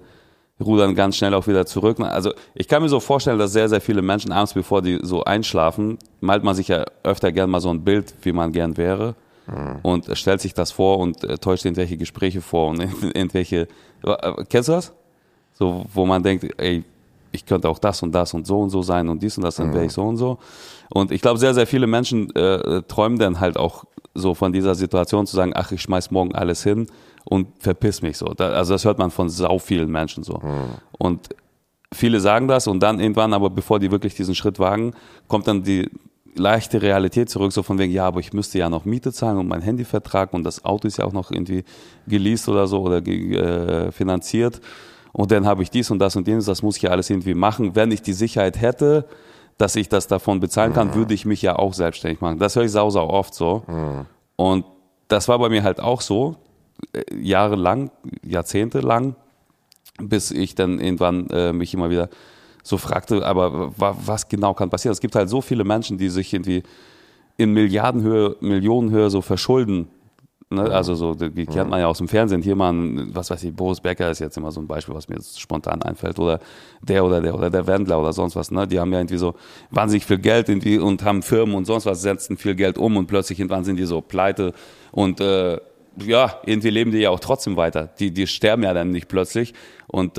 Speaker 2: rudern ganz schnell auch wieder zurück. Also ich kann mir so vorstellen, dass sehr, sehr viele Menschen abends, bevor die so einschlafen, malt man sich ja öfter gern mal so ein Bild, wie man gern wäre und stellt sich das vor und täuscht irgendwelche Gespräche vor und irgendwelche, kennst du das? So, wo man denkt, ey, ich könnte auch das und so sein und dies und das, dann wäre ich so und so. Und ich glaube, sehr, sehr viele Menschen träumen dann halt auch so von dieser Situation zu sagen, ach, ich schmeiß morgen alles hin und verpiss mich so. Also das hört man von sau vielen Menschen so. Und viele sagen das und dann irgendwann, aber bevor die wirklich diesen Schritt wagen, kommt dann die leichte Realität zurück, so von wegen, ja, aber ich müsste ja noch Miete zahlen und mein Handyvertrag und das Auto ist ja auch noch irgendwie geleast oder so oder finanziert und dann habe ich dies und das und jenes, das muss ich ja alles irgendwie machen. Wenn ich die Sicherheit hätte, dass ich das davon bezahlen kann, würde ich mich ja auch selbstständig machen. Das höre ich sau oft so. Und das war bei mir halt auch so, jahrelang, jahrzehntelang, bis ich dann irgendwann mich immer wieder so fragte, aber was genau kann passieren? Es gibt halt so viele Menschen, die sich irgendwie in Milliardenhöhe, Millionenhöhe so verschulden. Ne? Also so, die kennt man ja aus dem Fernsehen. Hier mal, was weiß ich, Boris Becker ist jetzt immer so ein Beispiel, was mir jetzt spontan einfällt. Oder der Wendler oder sonst was. Ne? Die haben ja irgendwie so wahnsinnig viel Geld irgendwie und haben Firmen und sonst was, setzen viel Geld um und plötzlich irgendwann sind die so pleite und ja, irgendwie leben die ja auch trotzdem weiter. Die sterben ja dann nicht plötzlich und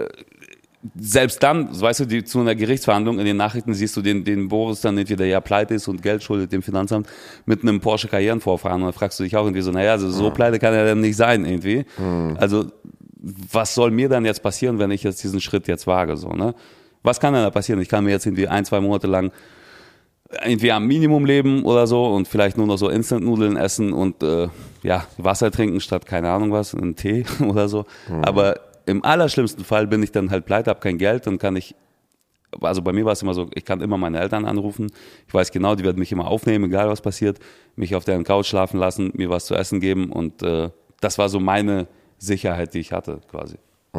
Speaker 2: selbst dann, weißt du, zu einer Gerichtsverhandlung in den Nachrichten siehst du den Boris dann entweder ja pleite ist und Geld schuldet dem Finanzamt mit einem Porsche Cayenne vorfahren und dann fragst du dich auch irgendwie so, naja, also so pleite kann er dann nicht sein irgendwie. Also was soll mir dann jetzt passieren, wenn ich jetzt diesen Schritt jetzt wage, so, ne? Was kann denn da passieren? Ich kann mir jetzt irgendwie 1-2 Monate lang irgendwie am Minimum leben oder so und vielleicht nur noch so Instant-Nudeln essen und ja, Wasser trinken statt, keine Ahnung was, einen Tee oder so. Aber im allerschlimmsten Fall bin ich dann halt pleite, habe kein Geld, dann kann ich, also bei mir war es immer so, ich kann immer meine Eltern anrufen, ich weiß genau, die werden mich immer aufnehmen, egal was passiert, mich auf deren Couch schlafen lassen, mir was zu essen geben und das war so meine Sicherheit, die ich hatte quasi.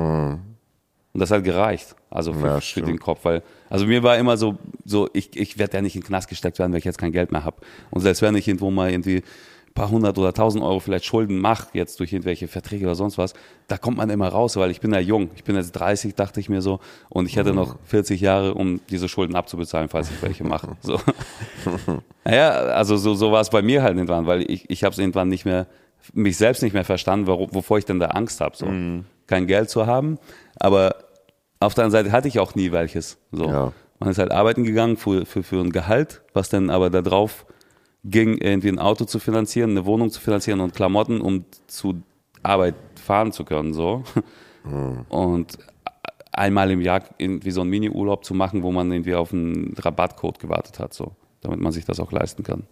Speaker 2: Und das hat gereicht, also für den Kopf, weil, also mir war immer so ich werde ja nicht in den Knast gesteckt werden, weil ich jetzt kein Geld mehr habe. Und selbst wenn ich irgendwo mal irgendwie ein paar 100 oder 1000 Euro vielleicht Schulden mache, jetzt durch irgendwelche Verträge oder sonst was, da kommt man immer raus, weil ich bin ja jung. Ich bin jetzt 30, dachte ich mir so, und ich hätte noch 40 Jahre, um diese Schulden abzubezahlen, falls ich welche mache. So. Naja, also so war es bei mir halt irgendwann, weil ich habe es irgendwann nicht mehr, mich selbst nicht mehr verstanden, wovor ich denn da Angst habe. So. Kein Geld zu haben, aber auf der anderen Seite hatte ich auch nie welches. So. Ja. Man ist halt arbeiten gegangen für ein Gehalt, was dann aber da drauf ging, irgendwie ein Auto zu finanzieren, eine Wohnung zu finanzieren und Klamotten, um zu Arbeit fahren zu können. So. Und einmal im Jahr irgendwie so einen Mini-Urlaub zu machen, wo man irgendwie auf einen Rabattcode gewartet hat, so, damit man sich das auch leisten kann.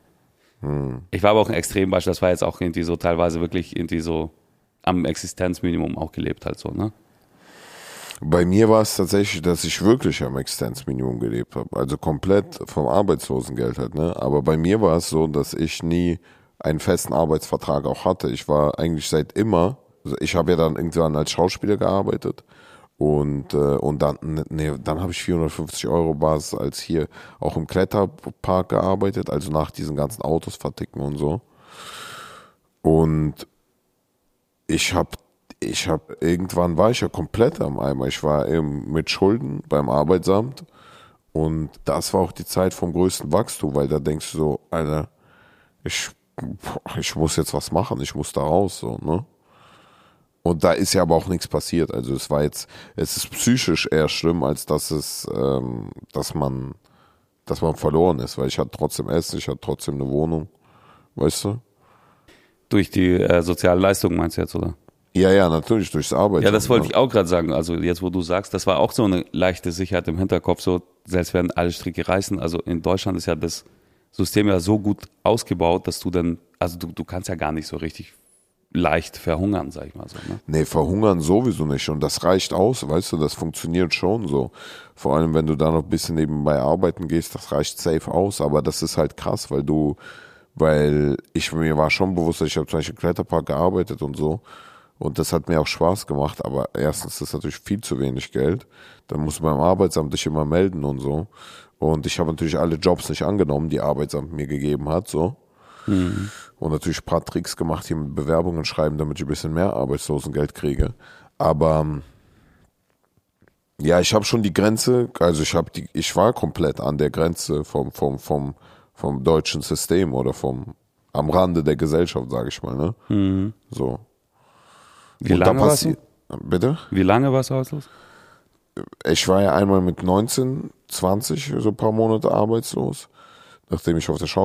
Speaker 2: Ich war aber auch ein Extrembeispiel, das war jetzt auch irgendwie so teilweise wirklich irgendwie so am Existenzminimum auch gelebt halt so, ne?
Speaker 1: Bei mir war es tatsächlich, dass ich wirklich am Existenzminimum gelebt habe. Also komplett vom Arbeitslosengeld halt, ne? Aber bei mir war es so, dass ich nie einen festen Arbeitsvertrag auch hatte. Ich war eigentlich seit immer, also ich habe ja dann irgendwann als Schauspieler gearbeitet Und dann, dann habe ich 450 Euro Basis als hier auch im Kletterpark gearbeitet, also nach diesen ganzen Autos verticken und so. Und irgendwann war ich ja komplett am Eimer. Ich war eben mit Schulden beim Arbeitsamt und das war auch die Zeit vom größten Wachstum, weil da denkst du so, Alter, ich muss jetzt was machen, ich muss da raus, so, ne? Und da ist ja aber auch nichts passiert. Also es ist psychisch eher schlimm, als dass man verloren ist, weil ich hatte trotzdem Essen, ich hatte trotzdem eine Wohnung, weißt du?
Speaker 2: Durch die soziale Leistung meinst du jetzt, oder?
Speaker 1: Ja, natürlich, durchs Arbeiten.
Speaker 2: Ja, das wollte ich auch gerade sagen. Also jetzt, wo du sagst, das war auch so eine leichte Sicherheit im Hinterkopf, so selbst wenn alle Stricke reißen. Also in Deutschland ist ja das System ja so gut ausgebaut, dass du dann, also du kannst ja gar nicht so richtig leicht verhungern, sag ich mal so. Ne?
Speaker 1: Nee, verhungern sowieso nicht. Und das reicht aus, weißt du, das funktioniert schon so. Vor allem, wenn du da noch ein bisschen nebenbei arbeiten gehst, das reicht safe aus. Aber das ist halt krass, weil mir war schon bewusst, ich habe zum Beispiel im Kletterpark gearbeitet und so. Und das hat mir auch Spaß gemacht. Aber erstens ist das natürlich viel zu wenig Geld. Dann musst du beim Arbeitsamt dich immer melden und so. Und ich habe natürlich alle Jobs nicht angenommen, die Arbeitsamt mir gegeben hat, so. Und natürlich ein paar Tricks gemacht, hier mit Bewerbungen schreiben, damit ich ein bisschen mehr Arbeitslosengeld kriege. Aber ja, ich habe schon die Grenze, also ich war komplett an der Grenze vom deutschen System oder am Rande der Gesellschaft, sage ich mal, ne? So.
Speaker 2: Wie lange warst du?
Speaker 1: Bitte?
Speaker 2: Wie lange warst du arbeitslos?
Speaker 1: Ich war ja einmal mit 19, 20, so ein paar Monate arbeitslos. Nachdem ich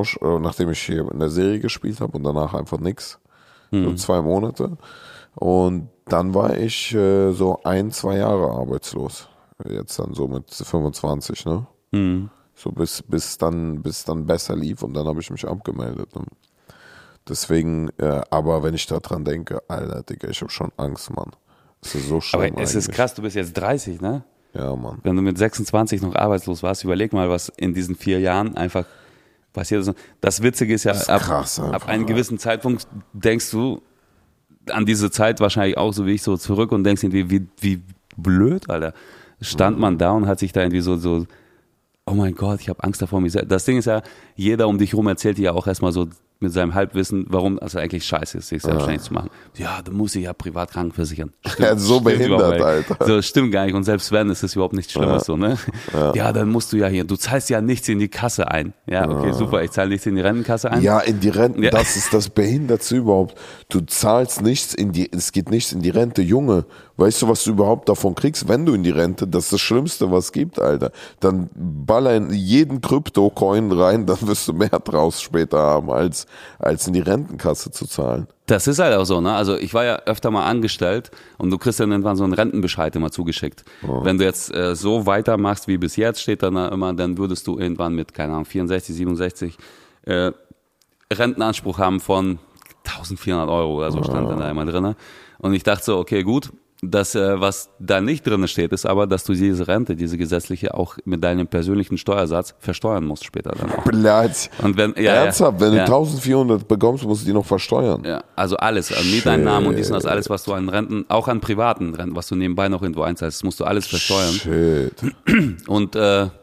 Speaker 1: hier in der Serie gespielt habe und danach einfach nix. So 2 Monate. Und dann war ich so 1-2 Jahre arbeitslos. Jetzt dann so mit 25, ne? So bis dann besser lief und dann habe ich mich abgemeldet. Ne? Deswegen, aber wenn ich da dran denke, Alter, Digga, ich habe schon Angst, Mann. Das ist so schlimm.
Speaker 2: Aber es ist krass, du bist jetzt 30, ne?
Speaker 1: Ja, Mann.
Speaker 2: Wenn du mit 26 noch arbeitslos warst, überleg mal, was in diesen 4 Jahren einfach passiert ist. Das Witzige ist ja, ab einem gewissen Zeitpunkt denkst du an diese Zeit wahrscheinlich auch so wie ich so zurück und denkst irgendwie, wie blöd, Alter. Stand man da und hat sich da irgendwie so oh mein Gott, ich habe Angst davor, mich selbst. Das Ding ist ja, jeder um dich rum erzählt dir ja auch erstmal so mit seinem Halbwissen, warum es eigentlich scheiße ist, sich selbstständig zu machen. Ja, du musst dich ja privat krankenversichern.
Speaker 1: Ja, so behindert, Alter.
Speaker 2: So, stimmt gar nicht. Und selbst wenn, ist es überhaupt nichts Schlimmes so, ne? Ja, dann musst du ja hier, du zahlst ja nichts in die Kasse ein. Ja, okay, super, ich zahle nichts in die Rentenkasse ein.
Speaker 1: Ja, in die Renten, das ist das Behindertste überhaupt. Du zahlst nichts es geht nichts in die Rente, Junge. Weißt du, was du überhaupt davon kriegst, wenn du in die Rente, das ist das Schlimmste, was es gibt, Alter. Dann baller in jeden Krypto-Coin rein, dann wirst du mehr draus später haben, als in die Rentenkasse zu zahlen.
Speaker 2: Das ist halt auch so, ne? Also ich war ja öfter mal angestellt und du kriegst dann irgendwann so einen Rentenbescheid immer zugeschickt. Wenn du jetzt so weitermachst wie bis jetzt, steht dann immer, dann würdest du irgendwann mit, keine Ahnung, 64, 67 Rentenanspruch haben von 1400 Euro oder so, stand dann da immer drin. Und ich dachte so, okay, gut. Das, was da nicht drin steht, ist aber, dass du diese Rente, diese gesetzliche, auch mit deinem persönlichen Steuersatz versteuern musst später dann auch.
Speaker 1: Blöd.
Speaker 2: Und
Speaker 1: Ernsthaft, wenn du 1400 bekommst, musst du die noch versteuern.
Speaker 2: Ja, also alles, Mieteinnahmen und dies und das, alles, was du an Renten, auch an privaten Renten, was du nebenbei noch irgendwo einzahlst, das musst du alles versteuern.
Speaker 1: Shit.
Speaker 2: Und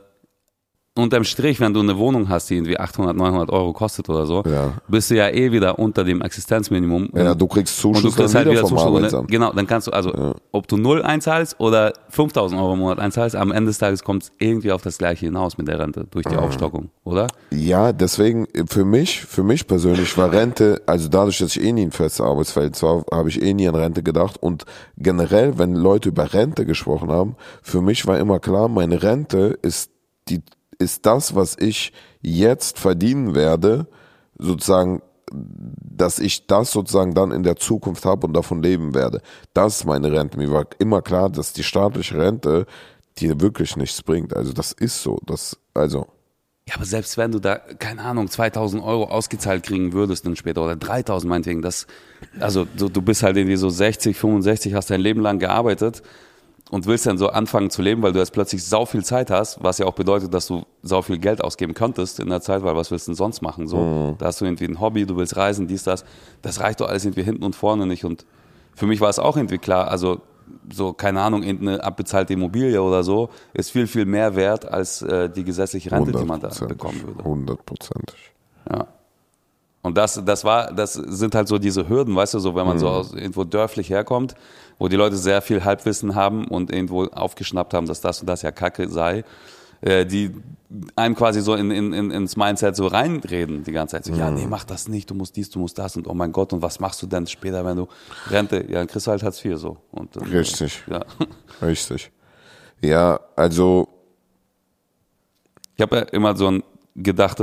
Speaker 2: unterm Strich, wenn du eine Wohnung hast, die irgendwie 800, 900 Euro kostet oder so, bist du ja eh wieder unter dem Existenzminimum.
Speaker 1: Ja, du kriegst Zuschuss
Speaker 2: und du kriegst
Speaker 1: dann
Speaker 2: halt
Speaker 1: wieder vom
Speaker 2: Zuschuss,
Speaker 1: Arbeitsamt.
Speaker 2: Genau, dann kannst du, ob du 0 einzahlst oder 5.000 Euro im Monat einzahlst, am Ende des Tages kommt es irgendwie auf das Gleiche hinaus mit der Rente, durch die Aufstockung, oder?
Speaker 1: Ja, deswegen, für mich persönlich war Rente, also dadurch, dass ich eh nie ein festes Arbeitsverhältnis war, habe ich eh nie an Rente gedacht und generell, wenn Leute über Rente gesprochen haben, für mich war immer klar, meine Rente ist das, was ich jetzt verdienen werde, sozusagen, dass ich das sozusagen dann in der Zukunft habe und davon leben werde. Das ist meine Rente. Mir war immer klar, dass die staatliche Rente dir wirklich nichts bringt. Also das ist so. Ja,
Speaker 2: aber selbst wenn du da, keine Ahnung, 2.000 Euro ausgezahlt kriegen würdest dann später oder 3.000 meinetwegen, du bist halt irgendwie so 60, 65, hast dein Leben lang gearbeitet und willst dann so anfangen zu leben, weil du jetzt plötzlich sau viel Zeit hast, was ja auch bedeutet, dass du sau viel Geld ausgeben könntest in der Zeit, weil was willst du denn sonst machen? So, da hast du irgendwie ein Hobby, du willst reisen, dies, das. Das reicht doch alles irgendwie hinten und vorne nicht. Und für mich war es auch irgendwie klar, also so, keine Ahnung, irgendeine abbezahlte Immobilie oder so, ist viel, viel mehr wert als die gesetzliche Rente, die man da bekommen würde.
Speaker 1: 100%.
Speaker 2: Ja. Und das sind halt so diese Hürden, weißt du, so wenn man so aus irgendwo dörflich herkommt, wo die Leute sehr viel Halbwissen haben und irgendwo aufgeschnappt haben, dass das und das ja Kacke sei, die einem quasi so ins Mindset so reinreden die ganze Zeit. So, ja, nee, mach das nicht, du musst dies, du musst das und oh mein Gott, und was machst du denn später, wenn du Rente, ja, dann kriegst du halt Hartz IV so. Und,
Speaker 1: Richtig.
Speaker 2: Ja.
Speaker 1: Richtig. Ja, also.
Speaker 2: Ich habe ja immer gedacht,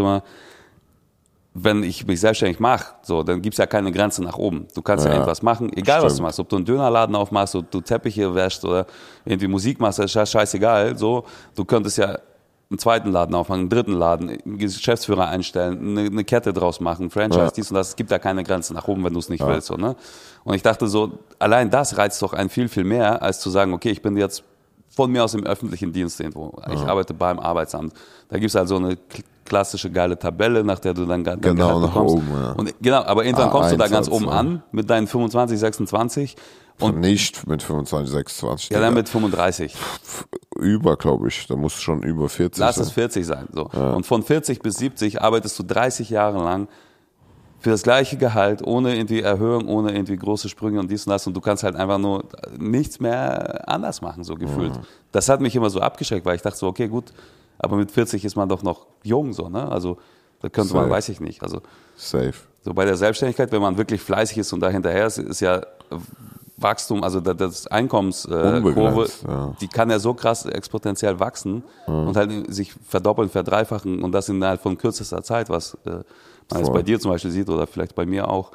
Speaker 2: wenn ich mich selbstständig mache, so, dann gibt's ja keine Grenze nach oben. Du kannst ja irgendwas machen, egal was du machst. Ob du einen Dönerladen aufmachst, ob du Teppiche wäschst oder irgendwie Musik machst, das ist scheißegal. So, du könntest ja einen zweiten Laden aufmachen, einen dritten Laden, einen Geschäftsführer einstellen, eine Kette draus machen, Franchise, dies und das. Es gibt ja keine Grenze nach oben, wenn du es nicht willst. So, ne? Und ich dachte so, allein das reizt doch einen viel, viel mehr, als zu sagen, okay, ich bin jetzt von mir aus im öffentlichen Dienst irgendwo. Ich arbeite beim Arbeitsamt. Da gibt's halt so eine klassische geile Tabelle, nach der du dann
Speaker 1: genau
Speaker 2: Gehalt
Speaker 1: nach
Speaker 2: bekommst.
Speaker 1: oben, ja.
Speaker 2: Und genau, aber irgendwann kommst du da ganz
Speaker 1: Einsatz,
Speaker 2: oben an mit deinen 25, 26 und
Speaker 1: nicht mit 25, 26.
Speaker 2: ja, dann mit 35.
Speaker 1: Über, glaube ich. Da musst du schon über 40
Speaker 2: Lass
Speaker 1: sein.
Speaker 2: es 40 sein. So. Ja. Und von 40 bis 70 arbeitest du 30 Jahre lang für das gleiche Gehalt, ohne irgendwie Erhöhung, ohne irgendwie große Sprünge und dies und das. Und du kannst halt einfach nur nichts mehr anders machen, so gefühlt. Das hat mich immer so abgeschreckt, weil ich dachte so, okay, gut, aber mit 40 ist man doch noch jung, so, ne? Also, da könnte man, weiß ich nicht. Also,
Speaker 1: Safe.
Speaker 2: So bei der Selbstständigkeit, wenn man wirklich fleißig ist und da hinterher ist ja Wachstum, also das Einkommenskurve, die kann ja so krass exponentiell wachsen und halt sich verdoppeln, verdreifachen und das innerhalb von kürzester Zeit, was man jetzt bei dir zum Beispiel sieht oder vielleicht bei mir auch.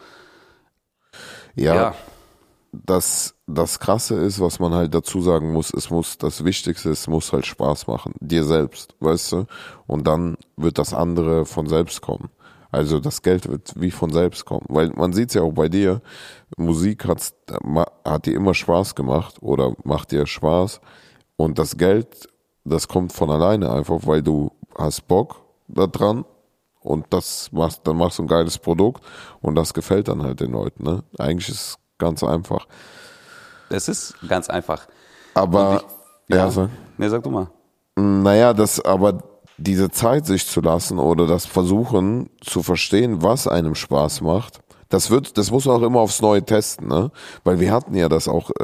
Speaker 1: Ja. Das Krasse ist, was man halt dazu sagen muss, das Wichtigste ist, es muss halt Spaß machen. Dir selbst, weißt du? Und dann wird das andere von selbst kommen. Also das Geld wird wie von selbst kommen. Weil man sieht es ja auch bei dir, Musik hat dir immer Spaß gemacht oder macht dir Spaß. Und das Geld, das kommt von alleine einfach, weil du hast Bock da dran und dann machst du ein geiles Produkt und das gefällt dann halt den Leuten. Ne? Eigentlich ist es ganz einfach.
Speaker 2: Es ist ganz einfach.
Speaker 1: Aber,
Speaker 2: sag du mal.
Speaker 1: Naja, aber diese Zeit sich zu lassen oder das Versuchen zu verstehen, was einem Spaß macht, das muss man auch immer aufs Neue testen, ne? Weil wir hatten ja das auch,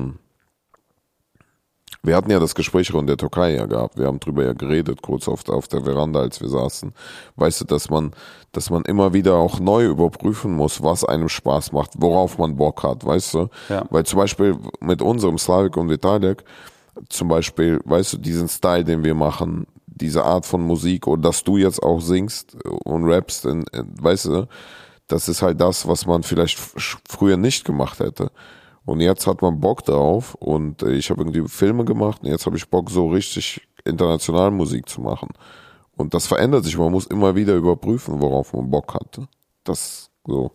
Speaker 1: wir hatten ja das Gespräch in der Türkei ja gehabt. Wir haben drüber ja geredet, kurz auf der Veranda, als wir saßen. Weißt du, dass man immer wieder auch neu überprüfen muss, was einem Spaß macht, worauf man Bock hat, weißt du?
Speaker 2: Ja.
Speaker 1: Weil zum Beispiel mit unserem Slavik und Vitalik, zum Beispiel, weißt du, diesen Style, den wir machen, diese Art von Musik oder dass du jetzt auch singst und rappst, weißt du, das ist halt das, was man vielleicht früher nicht gemacht hätte. Und jetzt hat man Bock drauf und ich habe irgendwie Filme gemacht und jetzt habe ich Bock, so richtig international Musik zu machen. Und das verändert sich, man muss immer wieder überprüfen, worauf man Bock hat. Das so.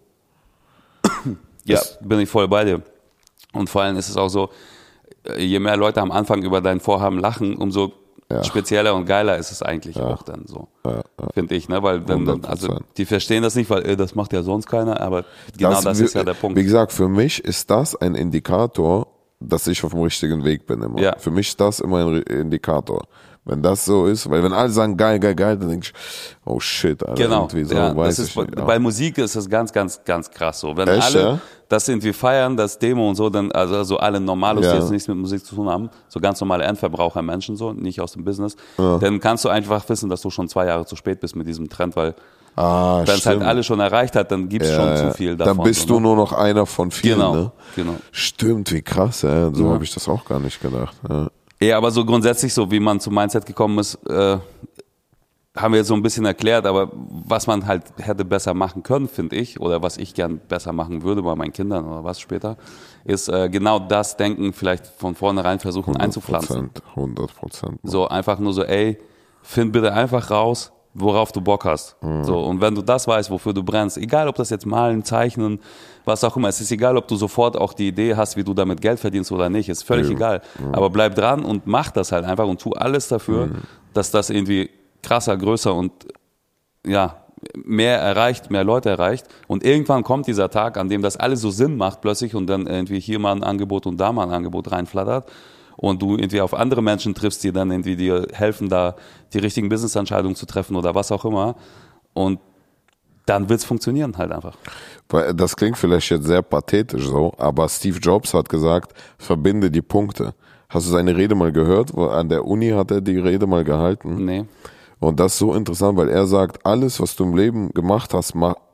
Speaker 2: Ja, bin ich voll bei dir. Und vor allem ist es auch so, je mehr Leute am Anfang über dein Vorhaben lachen, umso spezieller und geiler ist es eigentlich auch dann so, finde ich, ne? Weil dann, also die verstehen das nicht, weil das macht ja sonst keiner, aber genau das ist ja der Punkt.
Speaker 1: Wie gesagt, für mich ist das ein Indikator, dass ich auf dem richtigen Weg bin immer.
Speaker 2: Ja.
Speaker 1: Für mich ist das immer ein Indikator. Wenn das so ist, weil wenn alle sagen geil, geil, geil, dann denke ich, oh shit, Alter,
Speaker 2: genau,
Speaker 1: irgendwie so,
Speaker 2: ja,
Speaker 1: weiß
Speaker 2: das
Speaker 1: ich
Speaker 2: ist,
Speaker 1: nicht.
Speaker 2: bei Musik ist das ganz, ganz, ganz krass so. Wenn
Speaker 1: Echt,
Speaker 2: alle das irgendwie feiern, das Demo und so, dann, also alle Normalos, die jetzt nichts mit Musik zu tun haben, so ganz normale Endverbrauchermenschen so, nicht aus dem Business, dann kannst du einfach wissen, dass du schon 2 Jahre zu spät bist mit diesem Trend, weil wenn es halt alle schon erreicht hat, dann gibt's schon zu viel davon.
Speaker 1: Dann bist du nur noch einer von vielen, ne?
Speaker 2: Genau.
Speaker 1: Stimmt, wie krass, ey. So habe ich das auch gar nicht gedacht.
Speaker 2: Ja, aber so grundsätzlich so, wie man zum Mindset gekommen ist, haben wir jetzt so ein bisschen erklärt, aber was man halt hätte besser machen können, finde ich, oder was ich gern besser machen würde bei meinen Kindern oder was später, ist genau das Denken vielleicht von vornherein versuchen einzupflanzen.
Speaker 1: 100%.
Speaker 2: So einfach nur so, ey, find bitte einfach raus, worauf du Bock hast. So, und wenn du das weißt, wofür du brennst, egal ob das jetzt malen, zeichnen, was auch immer, es ist egal, ob du sofort auch die Idee hast, wie du damit Geld verdienst oder nicht, ist völlig egal. Aber bleib dran und mach das halt einfach und tu alles dafür, dass das irgendwie krasser, größer und mehr Leute erreicht. Und irgendwann kommt dieser Tag, an dem das alles so Sinn macht plötzlich und dann irgendwie hier mal ein Angebot und da mal ein Angebot reinflattert. Und du irgendwie auf andere Menschen triffst, die dann irgendwie dir helfen, da die richtigen Business-Entscheidungen zu treffen oder was auch immer. Und dann wird's funktionieren halt einfach.
Speaker 1: Das klingt vielleicht jetzt sehr pathetisch so, aber Steve Jobs hat gesagt, verbinde die Punkte. Hast du seine Rede mal gehört? An der Uni hat er die Rede mal gehalten.
Speaker 2: Nee.
Speaker 1: Und das ist so interessant, weil er sagt, alles, was du im Leben gemacht hast,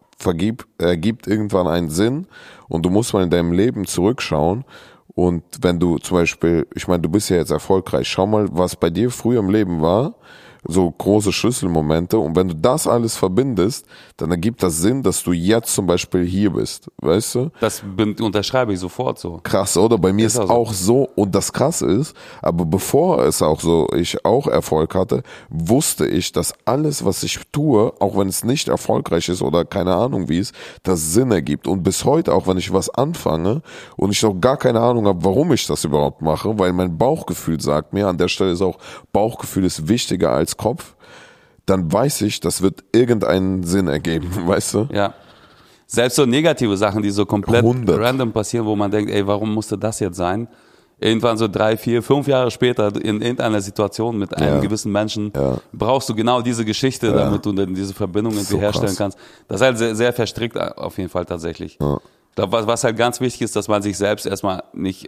Speaker 1: ergibt irgendwann einen Sinn und du musst mal in deinem Leben zurückschauen. Und wenn du zum Beispiel, ich meine, du bist ja jetzt erfolgreich, schau mal, was bei dir früher im Leben war, so große Schlüsselmomente, und wenn du das alles verbindest, dann ergibt das Sinn, dass du jetzt zum Beispiel hier bist, weißt du?
Speaker 2: Das unterschreibe ich sofort so.
Speaker 1: Krass, oder? Bei mir ist auch so, und das Krasse ist, aber bevor es auch so, ich auch Erfolg hatte, wusste ich, dass alles, was ich tue, auch wenn es nicht erfolgreich ist oder keine Ahnung wie es, das Sinn ergibt. Und bis heute, auch wenn ich was anfange und ich noch gar keine Ahnung habe, warum ich das überhaupt mache, weil mein Bauchgefühl sagt mir, an der Stelle ist auch, Bauchgefühl ist wichtiger als Kopf, dann weiß ich, das wird irgendeinen Sinn ergeben, weißt du?
Speaker 2: Ja. Selbst so negative Sachen, die so komplett
Speaker 1: 100.
Speaker 2: random passieren, wo man denkt, ey, warum musste das jetzt sein? Irgendwann so 3, 4, 5 Jahre später in irgendeiner Situation mit einem gewissen Menschen brauchst du genau diese Geschichte, damit du dann diese Verbindung irgendwie herstellen kannst. Das ist halt sehr, sehr verstrickt auf jeden Fall tatsächlich. Ja. Ich glaube, was halt ganz wichtig ist, dass man sich selbst erstmal nicht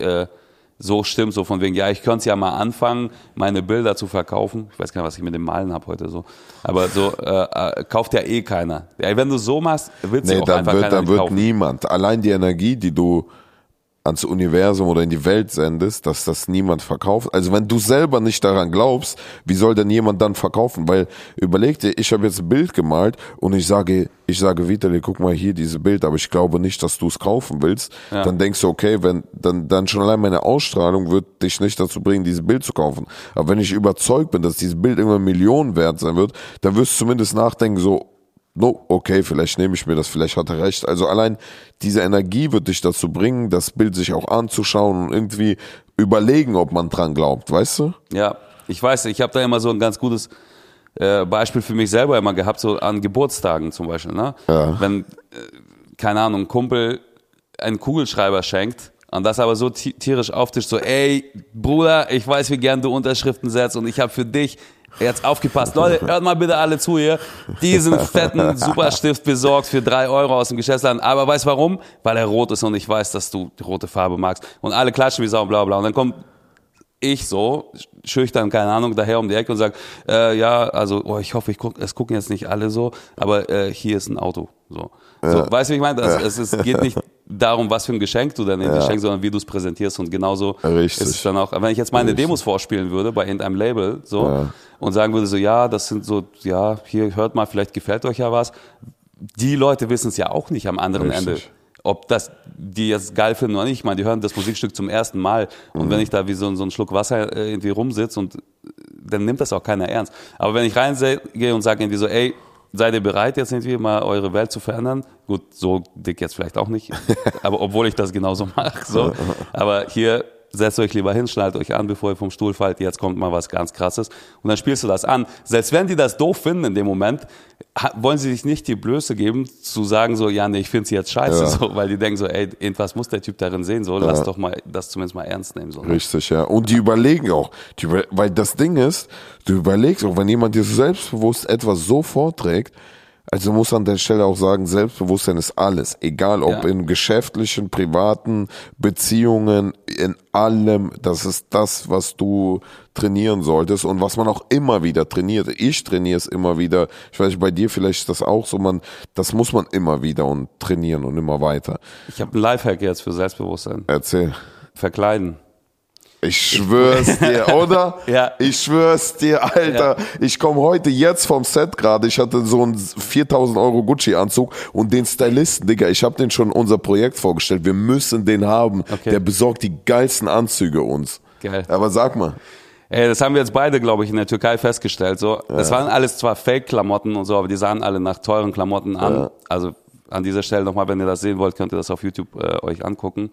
Speaker 2: so stimmt, so von wegen, ja, ich könnte es ja mal anfangen, meine Bilder zu verkaufen. Ich weiß gar nicht, was ich mit dem Malen habe heute so. Aber so kauft ja eh keiner. Ja, wenn du so machst, willst du auch einfach keiner kaufen.
Speaker 1: Dann wird niemand. Allein die Energie, die du ans Universum oder in die Welt sendest, dass das niemand verkauft. Also wenn du selber nicht daran glaubst, wie soll denn jemand dann verkaufen? Weil überleg dir, ich habe jetzt ein Bild gemalt und ich sage Vitali, guck mal hier diese Bild, aber ich glaube nicht, dass du es kaufen willst. Ja. Dann denkst du, okay, dann schon allein meine Ausstrahlung wird dich nicht dazu bringen, dieses Bild zu kaufen. Aber wenn ich überzeugt bin, dass dieses Bild irgendwann Millionen wert sein wird, dann wirst du zumindest nachdenken, so, no, okay, vielleicht nehme ich mir das, vielleicht hat er recht. Also allein diese Energie wird dich dazu bringen, das Bild sich auch anzuschauen und irgendwie überlegen, ob man dran glaubt, weißt du?
Speaker 2: Ja, ich weiß, ich habe da immer so ein ganz gutes Beispiel für mich selber immer gehabt, so an Geburtstagen zum Beispiel. Ne? Ja. Wenn, keine Ahnung, ein Kumpel einen Kugelschreiber schenkt und das aber so tierisch auftischt, so, ey, Bruder, ich weiß, wie gern du Unterschriften setzt und ich habe für dich jetzt aufgepasst. Leute, hört mal bitte alle zu hier. Diesen fetten Superstift besorgt für 3 Euro aus dem Geschäftsladen. Aber weißt warum? Weil er rot ist und ich weiß, dass du die rote Farbe magst. Und alle klatschen wie Sau, bla bla. Und dann kommt ich so, schüchtern, keine Ahnung, daher um die Ecke und sag, ja, also, ich hoffe, es gucken jetzt nicht alle so, aber hier ist ein Auto. So, weißt du, wie ich meine? Es geht nicht darum, was für ein Geschenk du dann schenkst, sondern wie du es präsentierst. Und genauso ist es dann auch. Wenn ich jetzt meine Demos vorspielen würde bei irgendeinem Label und sagen würde so, ja, das sind so, ja, hier hört mal, vielleicht gefällt euch ja was. Die Leute wissen es ja auch nicht am anderen Ende. Ob das die jetzt geil finden oder nicht. Ich meine, die hören das Musikstück zum ersten Mal. Und wenn ich da wie so ein Schluck Wasser irgendwie rumsitze und dann nimmt das auch keiner ernst. Aber wenn ich reingehe und sage irgendwie so, ey, seid ihr bereit, jetzt irgendwie mal eure Welt zu verändern? Gut, so dick jetzt vielleicht auch nicht. Aber obwohl ich das genauso mache. So. Aber hier setzt euch lieber hin, schnallt euch an, bevor ihr vom Stuhl fallt. Jetzt kommt mal was ganz Krasses. Und dann spielst du das an. Selbst wenn die das doof finden in dem Moment, wollen sie sich nicht die Blöße geben, zu sagen so, ja, nee, ich finde sie jetzt scheiße. So, weil die denken so, ey, irgendwas muss der Typ darin sehen. So, lass doch mal das zumindest mal ernst nehmen. So, ne?
Speaker 1: Richtig, ja. Und die überlegen auch. Weil das Ding ist, du überlegst auch, wenn jemand dir selbstbewusst etwas so vorträgt, also muss an der Stelle auch sagen, Selbstbewusstsein ist alles. Egal ob in geschäftlichen, privaten Beziehungen, in allem. Das ist das, was du trainieren solltest und was man auch immer wieder trainiert. Ich trainiere es immer wieder. Ich weiß nicht, bei dir vielleicht ist das auch so. Das muss man immer wieder und trainieren und immer weiter.
Speaker 2: Ich habe einen Lifehack jetzt für Selbstbewusstsein.
Speaker 1: Erzähl.
Speaker 2: Verkleiden.
Speaker 1: Ich schwör's dir, oder?
Speaker 2: Ja.
Speaker 1: Ich schwör's dir, Alter. Ja. Ich komme heute jetzt vom Set gerade. Ich hatte so einen 4.000 Euro Gucci-Anzug und den Stylisten, Digga, ich habe den schon unser Projekt vorgestellt. Wir müssen den haben. Okay. Der besorgt die geilsten Anzüge uns.
Speaker 2: Geil.
Speaker 1: Aber sag mal.
Speaker 2: Ey, das haben wir jetzt beide, glaube ich, in der Türkei festgestellt. So, das waren alles zwar Fake-Klamotten und so, aber die sahen alle nach teuren Klamotten an. Ja. Also an dieser Stelle nochmal, wenn ihr das sehen wollt, könnt ihr das auf YouTube euch angucken.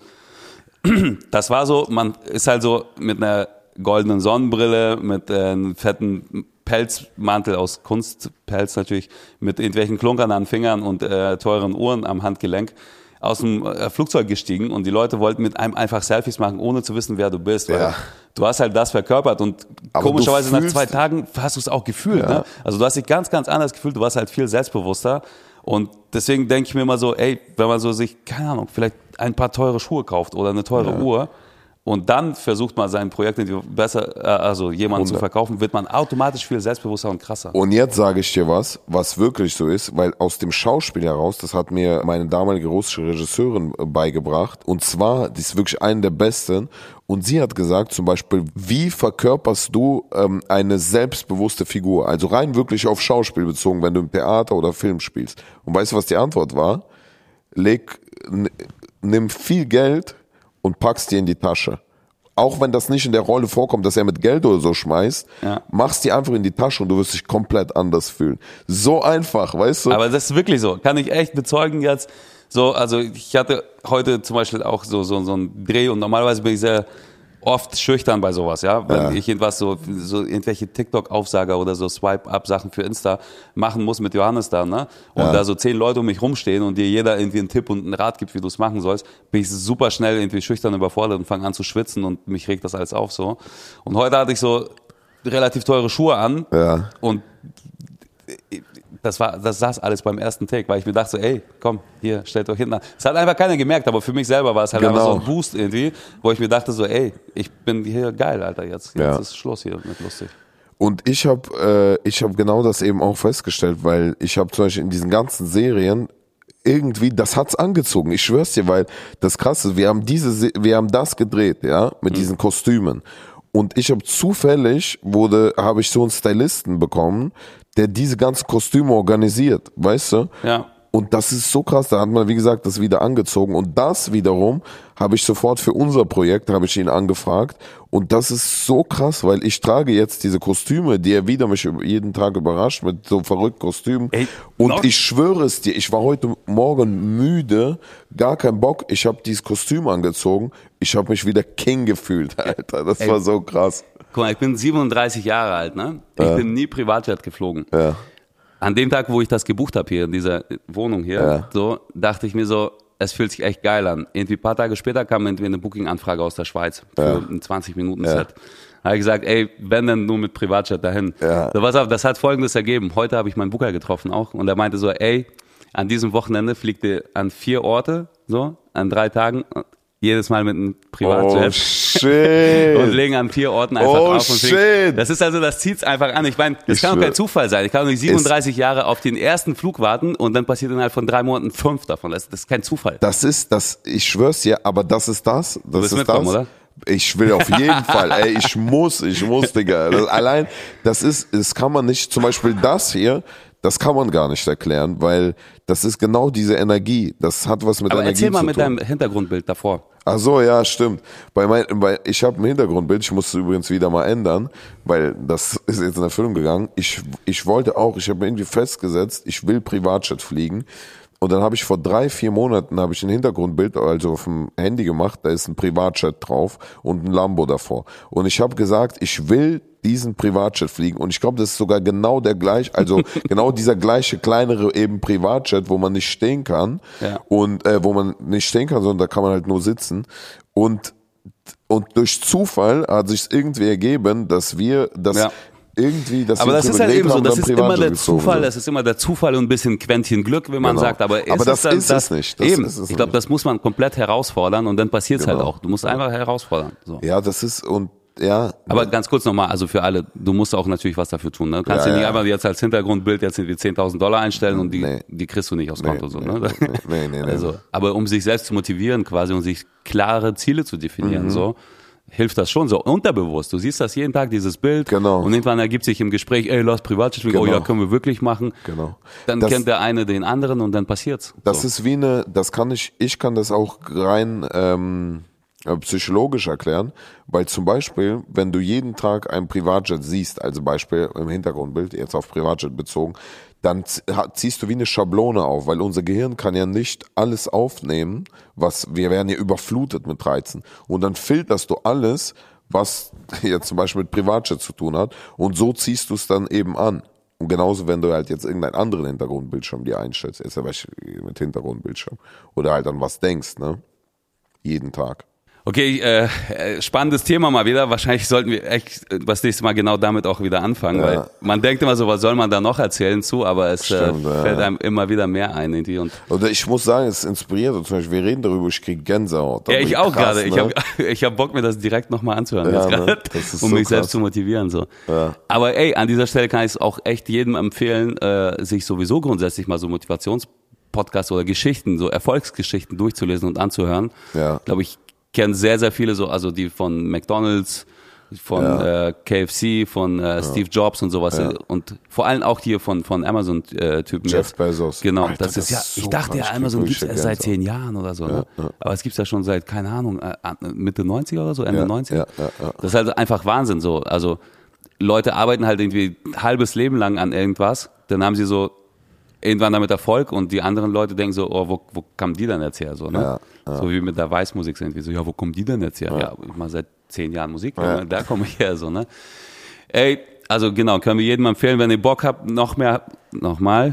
Speaker 2: Das war so, man ist halt so mit einer goldenen Sonnenbrille, mit einem fetten Pelzmantel aus Kunstpelz natürlich, mit irgendwelchen Klunkern an Fingern und teuren Uhren am Handgelenk aus dem Flugzeug gestiegen und die Leute wollten mit einem einfach Selfies machen, ohne zu wissen, wer du bist. Weil du hast halt das verkörpert und aber komischerweise nach 2 Tagen hast du es auch gefühlt. Ne? Also du hast dich ganz, ganz anders gefühlt, du warst halt viel selbstbewusster und deswegen denke ich mir immer so, ey, wenn man so sich, keine Ahnung, vielleicht ein paar teure Schuhe kauft oder eine teure Uhr, und dann versucht man sein Projekt besser, also jemanden zu verkaufen, wird man automatisch viel selbstbewusster und krasser.
Speaker 1: Und jetzt sage ich dir was wirklich so ist, weil aus dem Schauspiel heraus, das hat mir meine damalige russische Regisseurin beigebracht, und zwar, die ist wirklich eine der besten, und sie hat gesagt zum Beispiel, wie verkörperst du eine selbstbewusste Figur, also rein wirklich auf Schauspiel bezogen, wenn du im Theater oder Film spielst. Und weißt du, was die Antwort war? Nimm viel Geld und packst dir in die Tasche. Auch wenn das nicht in der Rolle vorkommt, dass er mit Geld oder so schmeißt, machst die einfach in die Tasche und du wirst dich komplett anders fühlen. So einfach, weißt du?
Speaker 2: Aber das ist wirklich so. Kann ich echt bezeugen jetzt. So, also ich hatte heute zum Beispiel auch so einen Dreh und normalerweise bin ich sehr oft schüchtern bei sowas, ja. Wenn ich irgendwas so irgendwelche TikTok-Aufsager oder so Swipe-Up-Sachen für Insta machen muss mit Johannes da, ne? Und da so 10 Leute um mich rumstehen und dir jeder irgendwie einen Tipp und einen Rat gibt, wie du es machen sollst, bin ich super schnell irgendwie schüchtern überfordert und fange an zu schwitzen und mich regt das alles auf so. Und heute hatte ich so relativ teure Schuhe an und das saß alles beim ersten Take, weil ich mir dachte so, ey, komm, hier, stellt euch hinten an. Das hat einfach keiner gemerkt, aber für mich selber war es halt einfach so ein Boost irgendwie, wo ich mir dachte so, ey, ich bin hier geil, Alter, jetzt ist Schluss hier mit lustig.
Speaker 1: Und ich hab genau das eben auch festgestellt, weil ich habe zum Beispiel in diesen ganzen Serien irgendwie, das hat's angezogen, ich schwör's dir, weil das Krasse, wir haben das gedreht, ja, mit diesen Kostümen. Und ich habe zufällig, habe ich so einen Stylisten bekommen, der diese ganzen Kostüme organisiert, weißt du?
Speaker 2: Ja.
Speaker 1: Und das ist so krass, da hat man, wie gesagt, das wieder angezogen. Und das wiederum habe ich sofort für unser Projekt, habe ich ihn angefragt. Und das ist so krass, weil ich trage jetzt diese Kostüme, die er wieder mich jeden Tag überrascht mit so verrückten Kostümen. Ey, und ich schwöre es dir, ich war heute Morgen müde, gar keinen Bock. Ich habe dieses Kostüm angezogen. Ich habe mich wieder King gefühlt, Alter. Das war so krass.
Speaker 2: Guck mal, ich bin 37 Jahre alt, ne? Ich bin nie Privatjet geflogen. Ja. An dem Tag, wo ich das gebucht habe hier in dieser Wohnung hier, so dachte ich mir so, es fühlt sich echt geil an. Irgendwie ein paar Tage später kam irgendwie eine Booking-Anfrage aus der Schweiz für ein 20-Minuten-Set. Da habe ich gesagt, ey, wenn denn nur mit Privatjet dahin. Ja. So, pass auf, das hat Folgendes ergeben. Heute habe ich meinen Booker getroffen auch und er meinte so, ey, an diesem Wochenende fliegt ihr an 4 Orte, so, an 3 Tagen. Jedes Mal mit einem Privatjet.
Speaker 1: Oh, shit.
Speaker 2: Und legen an 4 Orten einfach drauf und fliegen. Das ist also, das zieht's einfach an. Ich meine, das kann doch kein Zufall sein. Ich kann doch nicht 37 Jahre auf den ersten Flug warten und dann passiert innerhalb von 3 Monaten 5 davon. Das ist kein Zufall.
Speaker 1: Ich schwör's dir, aber das ist das.
Speaker 2: Du willst mitkommen, oder?
Speaker 1: Ich will auf jeden Fall, ey, ich muss, Digga. Das kann man nicht, zum Beispiel das hier, das kann man gar nicht erklären, weil das ist genau diese Energie. Das hat was mit Energie zu tun.
Speaker 2: Aber erzähl mal mit deinem Hintergrundbild davor.
Speaker 1: Ach so, ja, stimmt. Ich habe ein Hintergrundbild, ich musste übrigens wieder mal ändern, weil das ist jetzt in Erfüllung gegangen. Ich habe mir irgendwie festgesetzt, ich will Privatjet fliegen. Und dann habe ich vor 3-4 Monaten ein Hintergrundbild, also auf dem Handy gemacht, da ist ein Privatjet drauf und ein Lambo davor. Und ich habe gesagt, ich will diesen Privatjet fliegen. Und ich glaube, das ist sogar genau genau dieser gleiche kleinere eben Privatjet, wo man nicht stehen kann. Ja. Und wo man nicht stehen kann, sondern da kann man halt nur sitzen. Und durch Zufall hat sich es irgendwie ergeben, dass wir
Speaker 2: aber das ist halt eben so, das ist immer der Zufall, das ist immer der Zufall und ein bisschen Quäntchen Glück, wenn man sagt, aber
Speaker 1: das ist es nicht.
Speaker 2: Ich glaube, das muss man komplett herausfordern und dann passiert es halt auch. Du musst einfach herausfordern. So.
Speaker 1: Ja, das ist
Speaker 2: Aber ganz kurz nochmal, also für alle, du musst auch natürlich was dafür tun. Ne? Du kannst dir nicht einfach jetzt als Hintergrundbild jetzt irgendwie $10.000 einstellen und die kriegst du nicht aufs Konto. Nee. Also, aber um sich selbst zu motivieren quasi und sich klare Ziele zu definieren, so hilft das schon so unterbewusst. Du siehst das jeden Tag, dieses Bild. Genau. Und irgendwann ergibt sich im Gespräch, ey, lass Privatjet fliegen. Oh ja, können wir wirklich machen.
Speaker 1: Genau.
Speaker 2: Dann kennt der eine den anderen und dann passiert's.
Speaker 1: Das ist ich kann das auch rein psychologisch erklären, weil zum Beispiel, wenn du jeden Tag einen Privatjet siehst, also Beispiel im Hintergrundbild, jetzt auf Privatjet bezogen, dann ziehst du wie eine Schablone auf, weil unser Gehirn kann ja nicht alles aufnehmen, wir werden ja überflutet mit Reizen. Und dann filterst du alles, was jetzt zum Beispiel mit Privatchat zu tun hat. Und so ziehst du es dann eben an. Und genauso, wenn du halt jetzt irgendeinen anderen Hintergrundbildschirm dir einstellst, jetzt mit Hintergrundbildschirm, oder halt an was denkst, ne? Jeden Tag.
Speaker 2: Okay, spannendes Thema mal wieder. Wahrscheinlich sollten wir echt das nächste Mal genau damit auch wieder anfangen, weil man denkt immer so, was soll man da noch erzählen zu, aber es fällt einem immer wieder mehr ein. Und
Speaker 1: ich muss sagen, es inspiriert uns. Zum Beispiel, wir reden darüber, ich kriege Gänsehaut.
Speaker 2: Ja, ich auch gerade. Ne? Ich hab Bock, mir das direkt nochmal anzuhören,
Speaker 1: ne?
Speaker 2: um mich selbst zu motivieren. So. Ja. Aber an dieser Stelle kann ich es auch echt jedem empfehlen, sich sowieso grundsätzlich mal so Motivationspodcasts oder Geschichten, so Erfolgsgeschichten durchzulesen und anzuhören.
Speaker 1: Ja.
Speaker 2: Glaube ich, kennen sehr, sehr viele so, also die von McDonald's, von KFC, von Steve Jobs und sowas und vor allem auch hier von Amazon-Typen.
Speaker 1: Jeff Bezos.
Speaker 2: Genau, Alter, das ist ja, so ich dachte ja, Amazon gibt es erst seit 10 Jahren oder so, ne? Aber es gibt es ja schon seit, keine Ahnung, Mitte 90er oder so, Ende 90er. Das ist halt einfach Wahnsinn so, also Leute arbeiten halt irgendwie ein halbes Leben lang an irgendwas, dann haben sie so irgendwann damit Erfolg und die anderen Leute denken so, oh, wo kamen die denn jetzt her? So, ne? So wie mit der Weißmusik irgendwie so, ja, wo kommen die denn jetzt her? Ja, ich mache seit 10 Jahren Musik, da komme ich her, so, ne? Also genau, können wir jedem empfehlen, wenn ihr Bock habt, wenn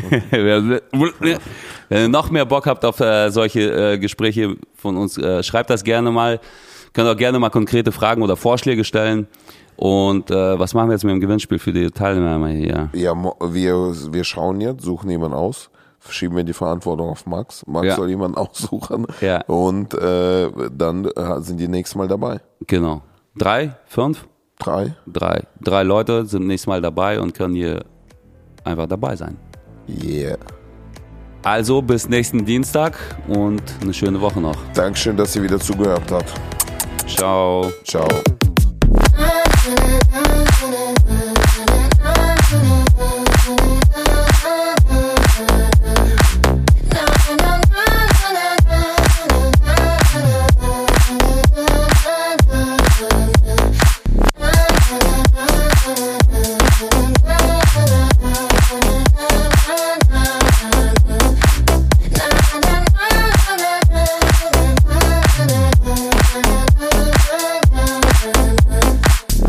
Speaker 2: ihr noch mehr Bock habt auf solche Gespräche von uns, schreibt das gerne mal, könnt auch gerne mal konkrete Fragen oder Vorschläge stellen. Und was machen wir jetzt mit dem Gewinnspiel für die Teilnehmer hier?
Speaker 1: Ja, wir schauen jetzt, suchen jemanden aus, verschieben wir die Verantwortung auf Max. Max soll jemanden aussuchen und dann sind die nächstes Mal dabei.
Speaker 2: Genau. 3, 5?
Speaker 1: 3.
Speaker 2: 3 Leute sind nächstes Mal dabei und können hier einfach dabei sein.
Speaker 1: Yeah.
Speaker 2: Also bis nächsten Dienstag und eine schöne Woche noch.
Speaker 1: Dankeschön, dass ihr wieder zugehört habt.
Speaker 2: Ciao.
Speaker 1: Ciao.